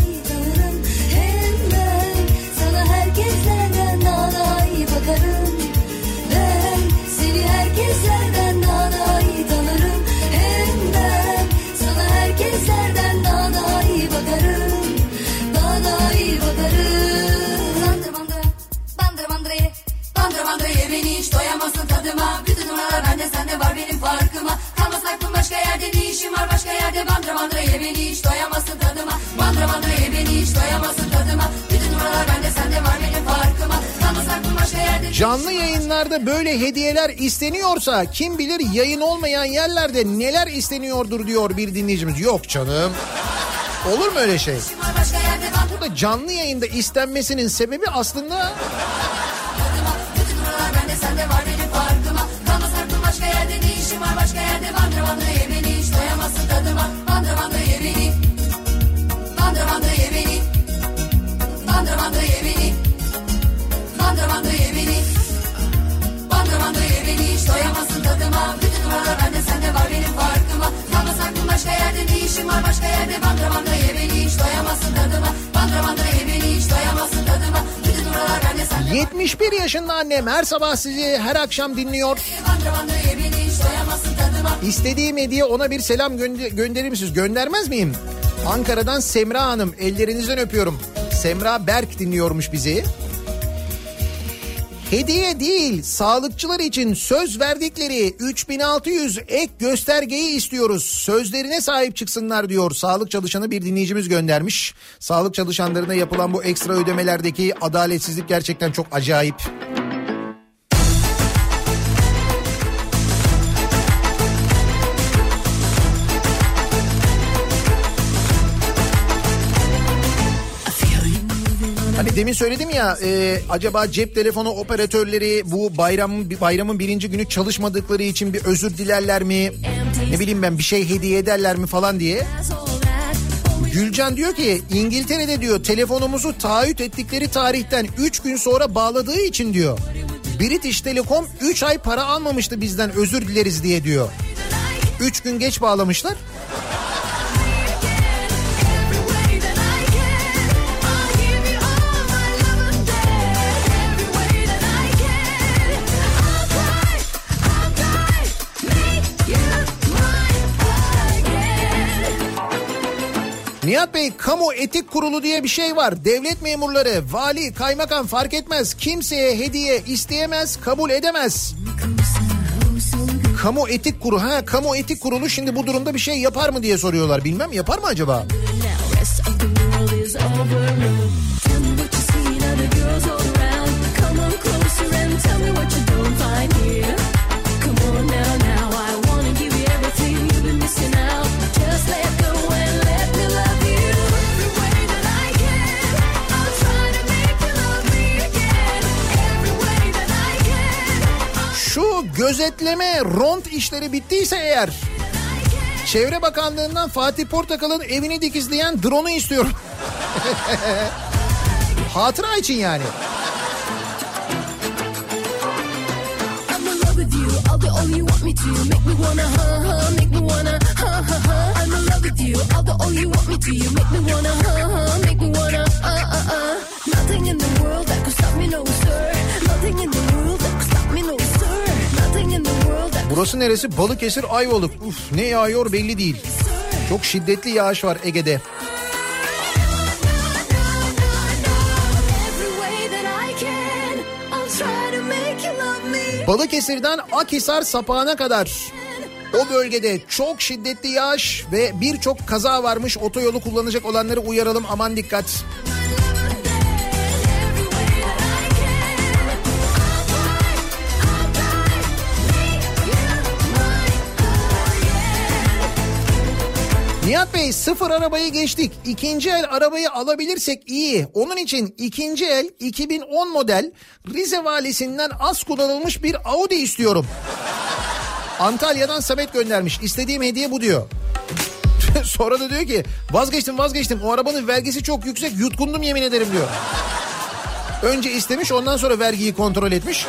Speaker 13: Sana herkeslerden daha iyi bakarım. Ben seni herkeslerden daha iyi tanırım. Hem ben sana herkeslerden daha iyi bakarım. Daha iyi bakarım. Bandıra ye beni, hiç doyamazsın tadıma. Bütün numaralar bende, sende var benim farkıma. Kalmaz aklım başka yerde, ne işim var başka yerde. Bandıra ye beni, hiç doyamazsın tadıma. Bandıra ye beni, hiç doyamazsın tadıma. Bütün numaralar bende, sende var benim farkıma. Kalmaz aklım başka yerde.
Speaker 1: Canlı yayınlarda böyle hediyeler isteniyorsa kim bilir yayın olmayan yerlerde neler isteniyordur diyor bir dinleyicimiz. Yok canım. Olur mu öyle şey? Burada canlı yayında istenmesinin sebebi aslında...
Speaker 13: Sende var benim farkıma. Kalmaz aklım başka yerde, ne işim var başka yerde. Bandıra ye beni, hiç doyamazsın tadıma. Bandıra ye beni. Bandıra ye beni. Bandıra ye beni. Bandıra ye beni. Bandıra ye beni, hiç doyamazsın tadıma. Bütün numaralar bende, sende var benim farkıma. Kalmaz aklım başka yerde, ne işim var başka yerde. Bandıra ye beni, hiç doyamazsın tadıma. Bandıra ye beni, hiç doyamazsın tadıma.
Speaker 1: 71 yaşında annem her sabah sizi her akşam dinliyor. İstediğim hediye, ona bir selam gönderir misiniz? Göndermez miyim? Ankara'dan Semra Hanım, ellerinizden öpüyorum. Semra Berk dinliyormuş bizi. Hediye değil, sağlıkçılar için söz verdikleri 3600 ek göstergeyi istiyoruz. Sözlerine sahip çıksınlar diyor. Sağlık çalışanı bir dinleyicimiz göndermiş. Sağlık çalışanlarına yapılan bu ekstra ödemelerdeki adaletsizlik gerçekten çok acayip. Hani demin söyledim ya, acaba cep telefonu operatörleri bu bayramın birinci günü çalışmadıkları için bir özür dilerler mi? Ne bileyim ben, bir şey hediye ederler mi falan diye. Gülcan diyor ki İngiltere'de diyor telefonumuzu taahhüt ettikleri tarihten 3 gün sonra bağladığı için diyor British Telecom 3 ay para almamıştı bizden, özür dileriz diye diyor. 3 gün geç bağlamışlar. Nihat Bey, kamu etik kurulu diye bir şey var. Devlet memurları, vali, kaymakam fark etmez. Kimseye hediye isteyemez, kabul edemez. Kamu etik kurulu. Kamu etik kurulu şimdi bu durumda bir şey yapar mı diye soruyorlar. Bilmem, yapar mı acaba? Şu gözetleme, ront işleri bittiyse eğer, Çevre Bakanlığı'ndan Fatih Portakal'ın evini dikizleyen drone'u istiyorum. Hatıra için yani. Burası neresi? Balıkesir, Ayvalık. Uf, ne yağıyor belli değil. Çok şiddetli yağış var Ege'de. Balıkesir'den Akhisar sapağına kadar o bölgede çok şiddetli yağış ve birçok kaza varmış. Otoyolu kullanacak olanları uyaralım, aman dikkat. Nihat Bey, sıfır arabayı geçtik. İkinci el arabayı alabilirsek iyi. Onun için ikinci el 2010 model Rize valisinden az kullanılmış bir Audi istiyorum. Antalya'dan Samet göndermiş. İstediğim hediye bu diyor. Sonra da diyor ki vazgeçtim. O arabanın vergisi çok yüksek, yutkundum yemin ederim diyor. Önce istemiş, ondan sonra vergiyi kontrol etmiş.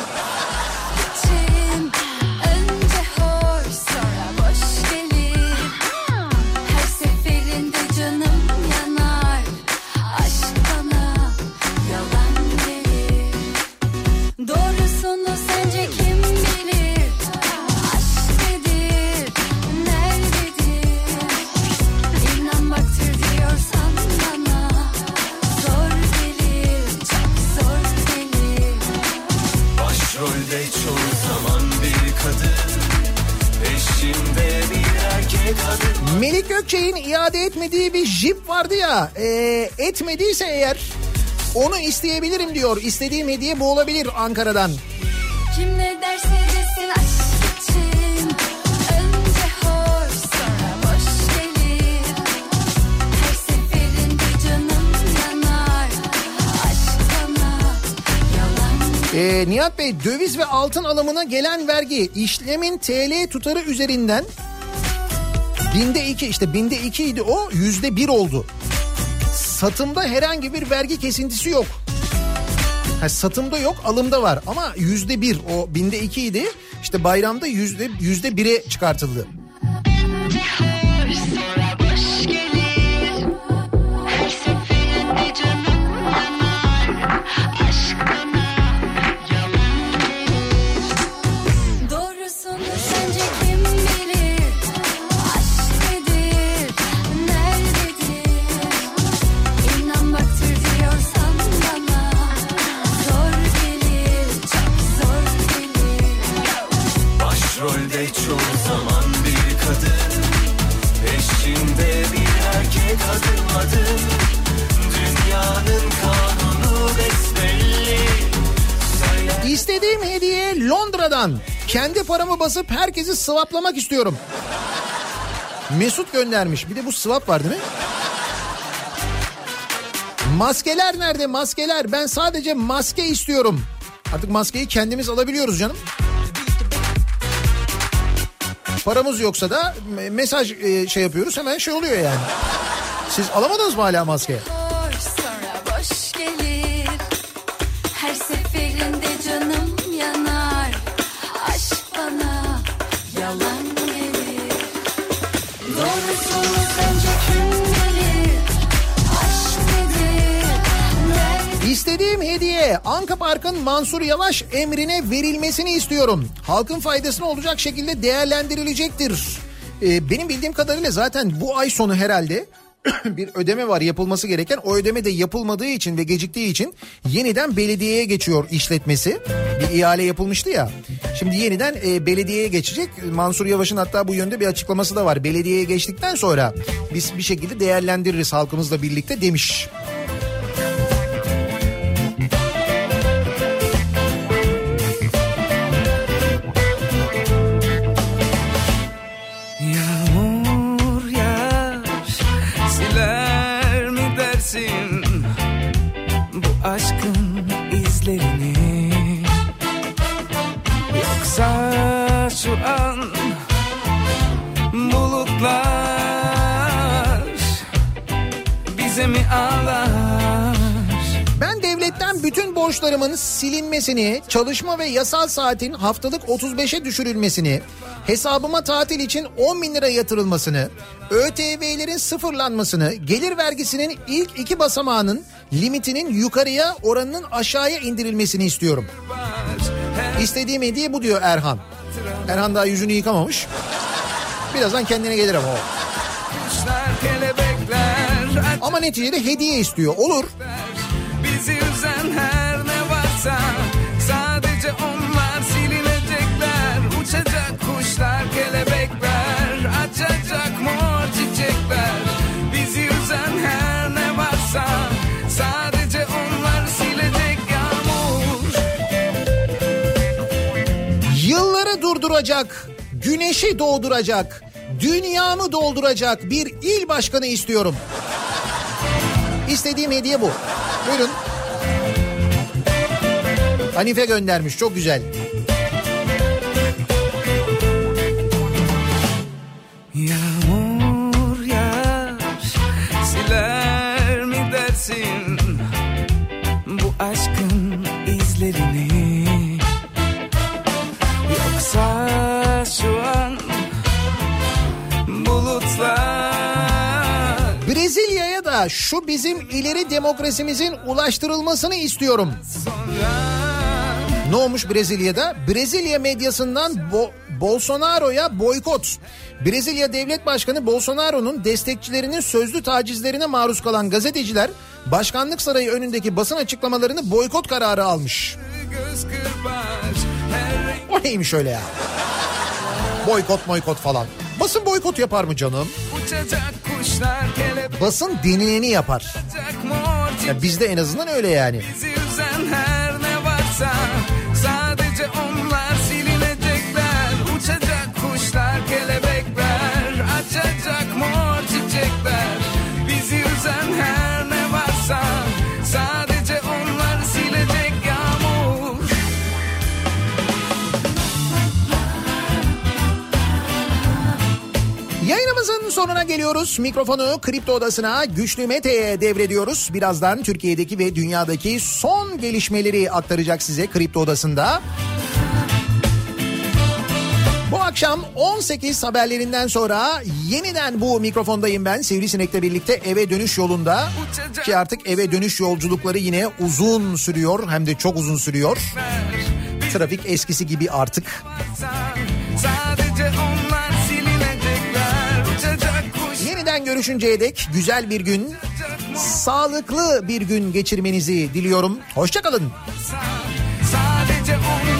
Speaker 1: Melik Gökçek'in iade etmediği bir jip vardı ya, etmediyse eğer onu isteyebilirim diyor. İstediğim hediye bu olabilir Ankara'dan.
Speaker 13: Kim ne derse desin aşk için, önce hoş sonra boş gelir. Her seferinde canım yanar, aşk bana yalan.
Speaker 1: Nihat Bey, döviz ve altın alımına gelen vergi işlemin TL tutarı üzerinden binde 2, işte binde 2 idi o, %1 oldu. Satımda herhangi bir vergi kesintisi yok. Satımda yok, alımda var ama %1, o binde 2 idi. İşte bayramda %1'e çıkartıldı. İstediğim hediye Londra'dan. Kendi paramı basıp herkesi sıvaplamak istiyorum. Mesut göndermiş. Bir de bu sıvap var değil mi? Maskeler nerede, maskeler? Ben sadece maske istiyorum. Artık maskeyi kendimiz alabiliyoruz canım. Paramız yoksa da mesaj şey yapıyoruz, hemen şey oluyor yani. Siz alamadınız mı hala maske?
Speaker 13: Sonra boş gelir. Her seferinde canım yanar. Aşk bana yalan gelir. Doğrusunu sence kim bilir? Aşk nedir?
Speaker 1: İstediğim hediye Anka Park'ın Mansur Yavaş emrine verilmesini istiyorum. Halkın faydasına olacak şekilde değerlendirilecektir. Benim bildiğim kadarıyla zaten bu ay sonu herhalde bir ödeme var yapılması gereken. O ödeme de yapılmadığı için ve geciktiği için yeniden belediyeye geçiyor işletmesi. Bir ihale yapılmıştı ya. Şimdi yeniden belediyeye geçecek. Mansur Yavaş'ın hatta bu yönde bir açıklaması da var. Belediyeye geçtikten sonra biz bir şekilde değerlendiririz halkımızla birlikte demiş.
Speaker 14: Aşkın izlerini, yoksa şu an bulutlar bize mi ağlar?
Speaker 1: Ben devletten bütün borçlarımın silinmesini, çalışma ve yasal saatin haftalık 35'e düşürülmesini, hesabıma tatil için 10 bin lira yatırılmasını, ÖTV'lerin sıfırlanmasını, gelir vergisinin ilk 2 basamağının limitinin yukarıya, oranının aşağıya indirilmesini istiyorum. İstediğim hediye bu diyor Erhan. Erhan daha yüzünü yıkamamış. Birazdan kendine gelir ama o. Ama neticede hediye istiyor. Olur.
Speaker 14: Bizi üzen her ne varsa sadece onlar silinecekler. Uçacak kuşlar, kelebekler, açacak mor çiçekler. Bizi üzen her ne varsa sadece onlar silecek yağmur.
Speaker 1: Yılları durduracak, güneşi doğduracak, dünyamı dolduracak bir il başkanı istiyorum. İstediğim hediye bu. Buyurun. Hanife göndermiş, çok güzel.
Speaker 14: gözlerini, yoksa şu an bulutlar.
Speaker 1: Brezilya'ya da şu bizim ileri demokrasimizin ulaştırılmasını istiyorum. Ne olmuş Brezilya'da? Brezilya medyasından Bolsonaro'ya boykot. Brezilya Devlet Başkanı Bolsonaro'nun destekçilerinin sözlü tacizlerine maruz kalan gazeteciler Başkanlık Sarayı önündeki basın açıklamalarını boykot kararı almış. O neymiş öyle ya? Boykot falan. Basın boykot yapar mı canım? Basın denileni yapar. Ya bizde en azından öyle yani.
Speaker 14: Bizi üzen her ne varsa sadece onlar silinecekler. Uçacak kuşlar, kelebekler, açacak mor çiçekler. Bizi üzen her ne varsa sadece onlar silecek yağmur.
Speaker 1: Yayınımızın sonuna geliyoruz. Mikrofonu Kripto Odası'na Güçlü Mete'ye devrediyoruz. Birazdan Türkiye'deki ve dünyadaki son gelişmeleri aktaracak size Kripto Odası'nda. Bu akşam 18 haberlerinden sonra yeniden bu mikrofondayım ben. Sivrisinek'le birlikte eve dönüş yolunda. Ki artık eve dönüş yolculukları yine uzun sürüyor. Hem de çok uzun sürüyor. Trafik eskisi gibi artık.
Speaker 14: Sadece onlar silinecekler. Uçacak kuş.
Speaker 1: Yeniden görüşünceye dek güzel bir gün, sağlıklı bir gün geçirmenizi diliyorum. Hoşça kalın.
Speaker 14: Sadece onlar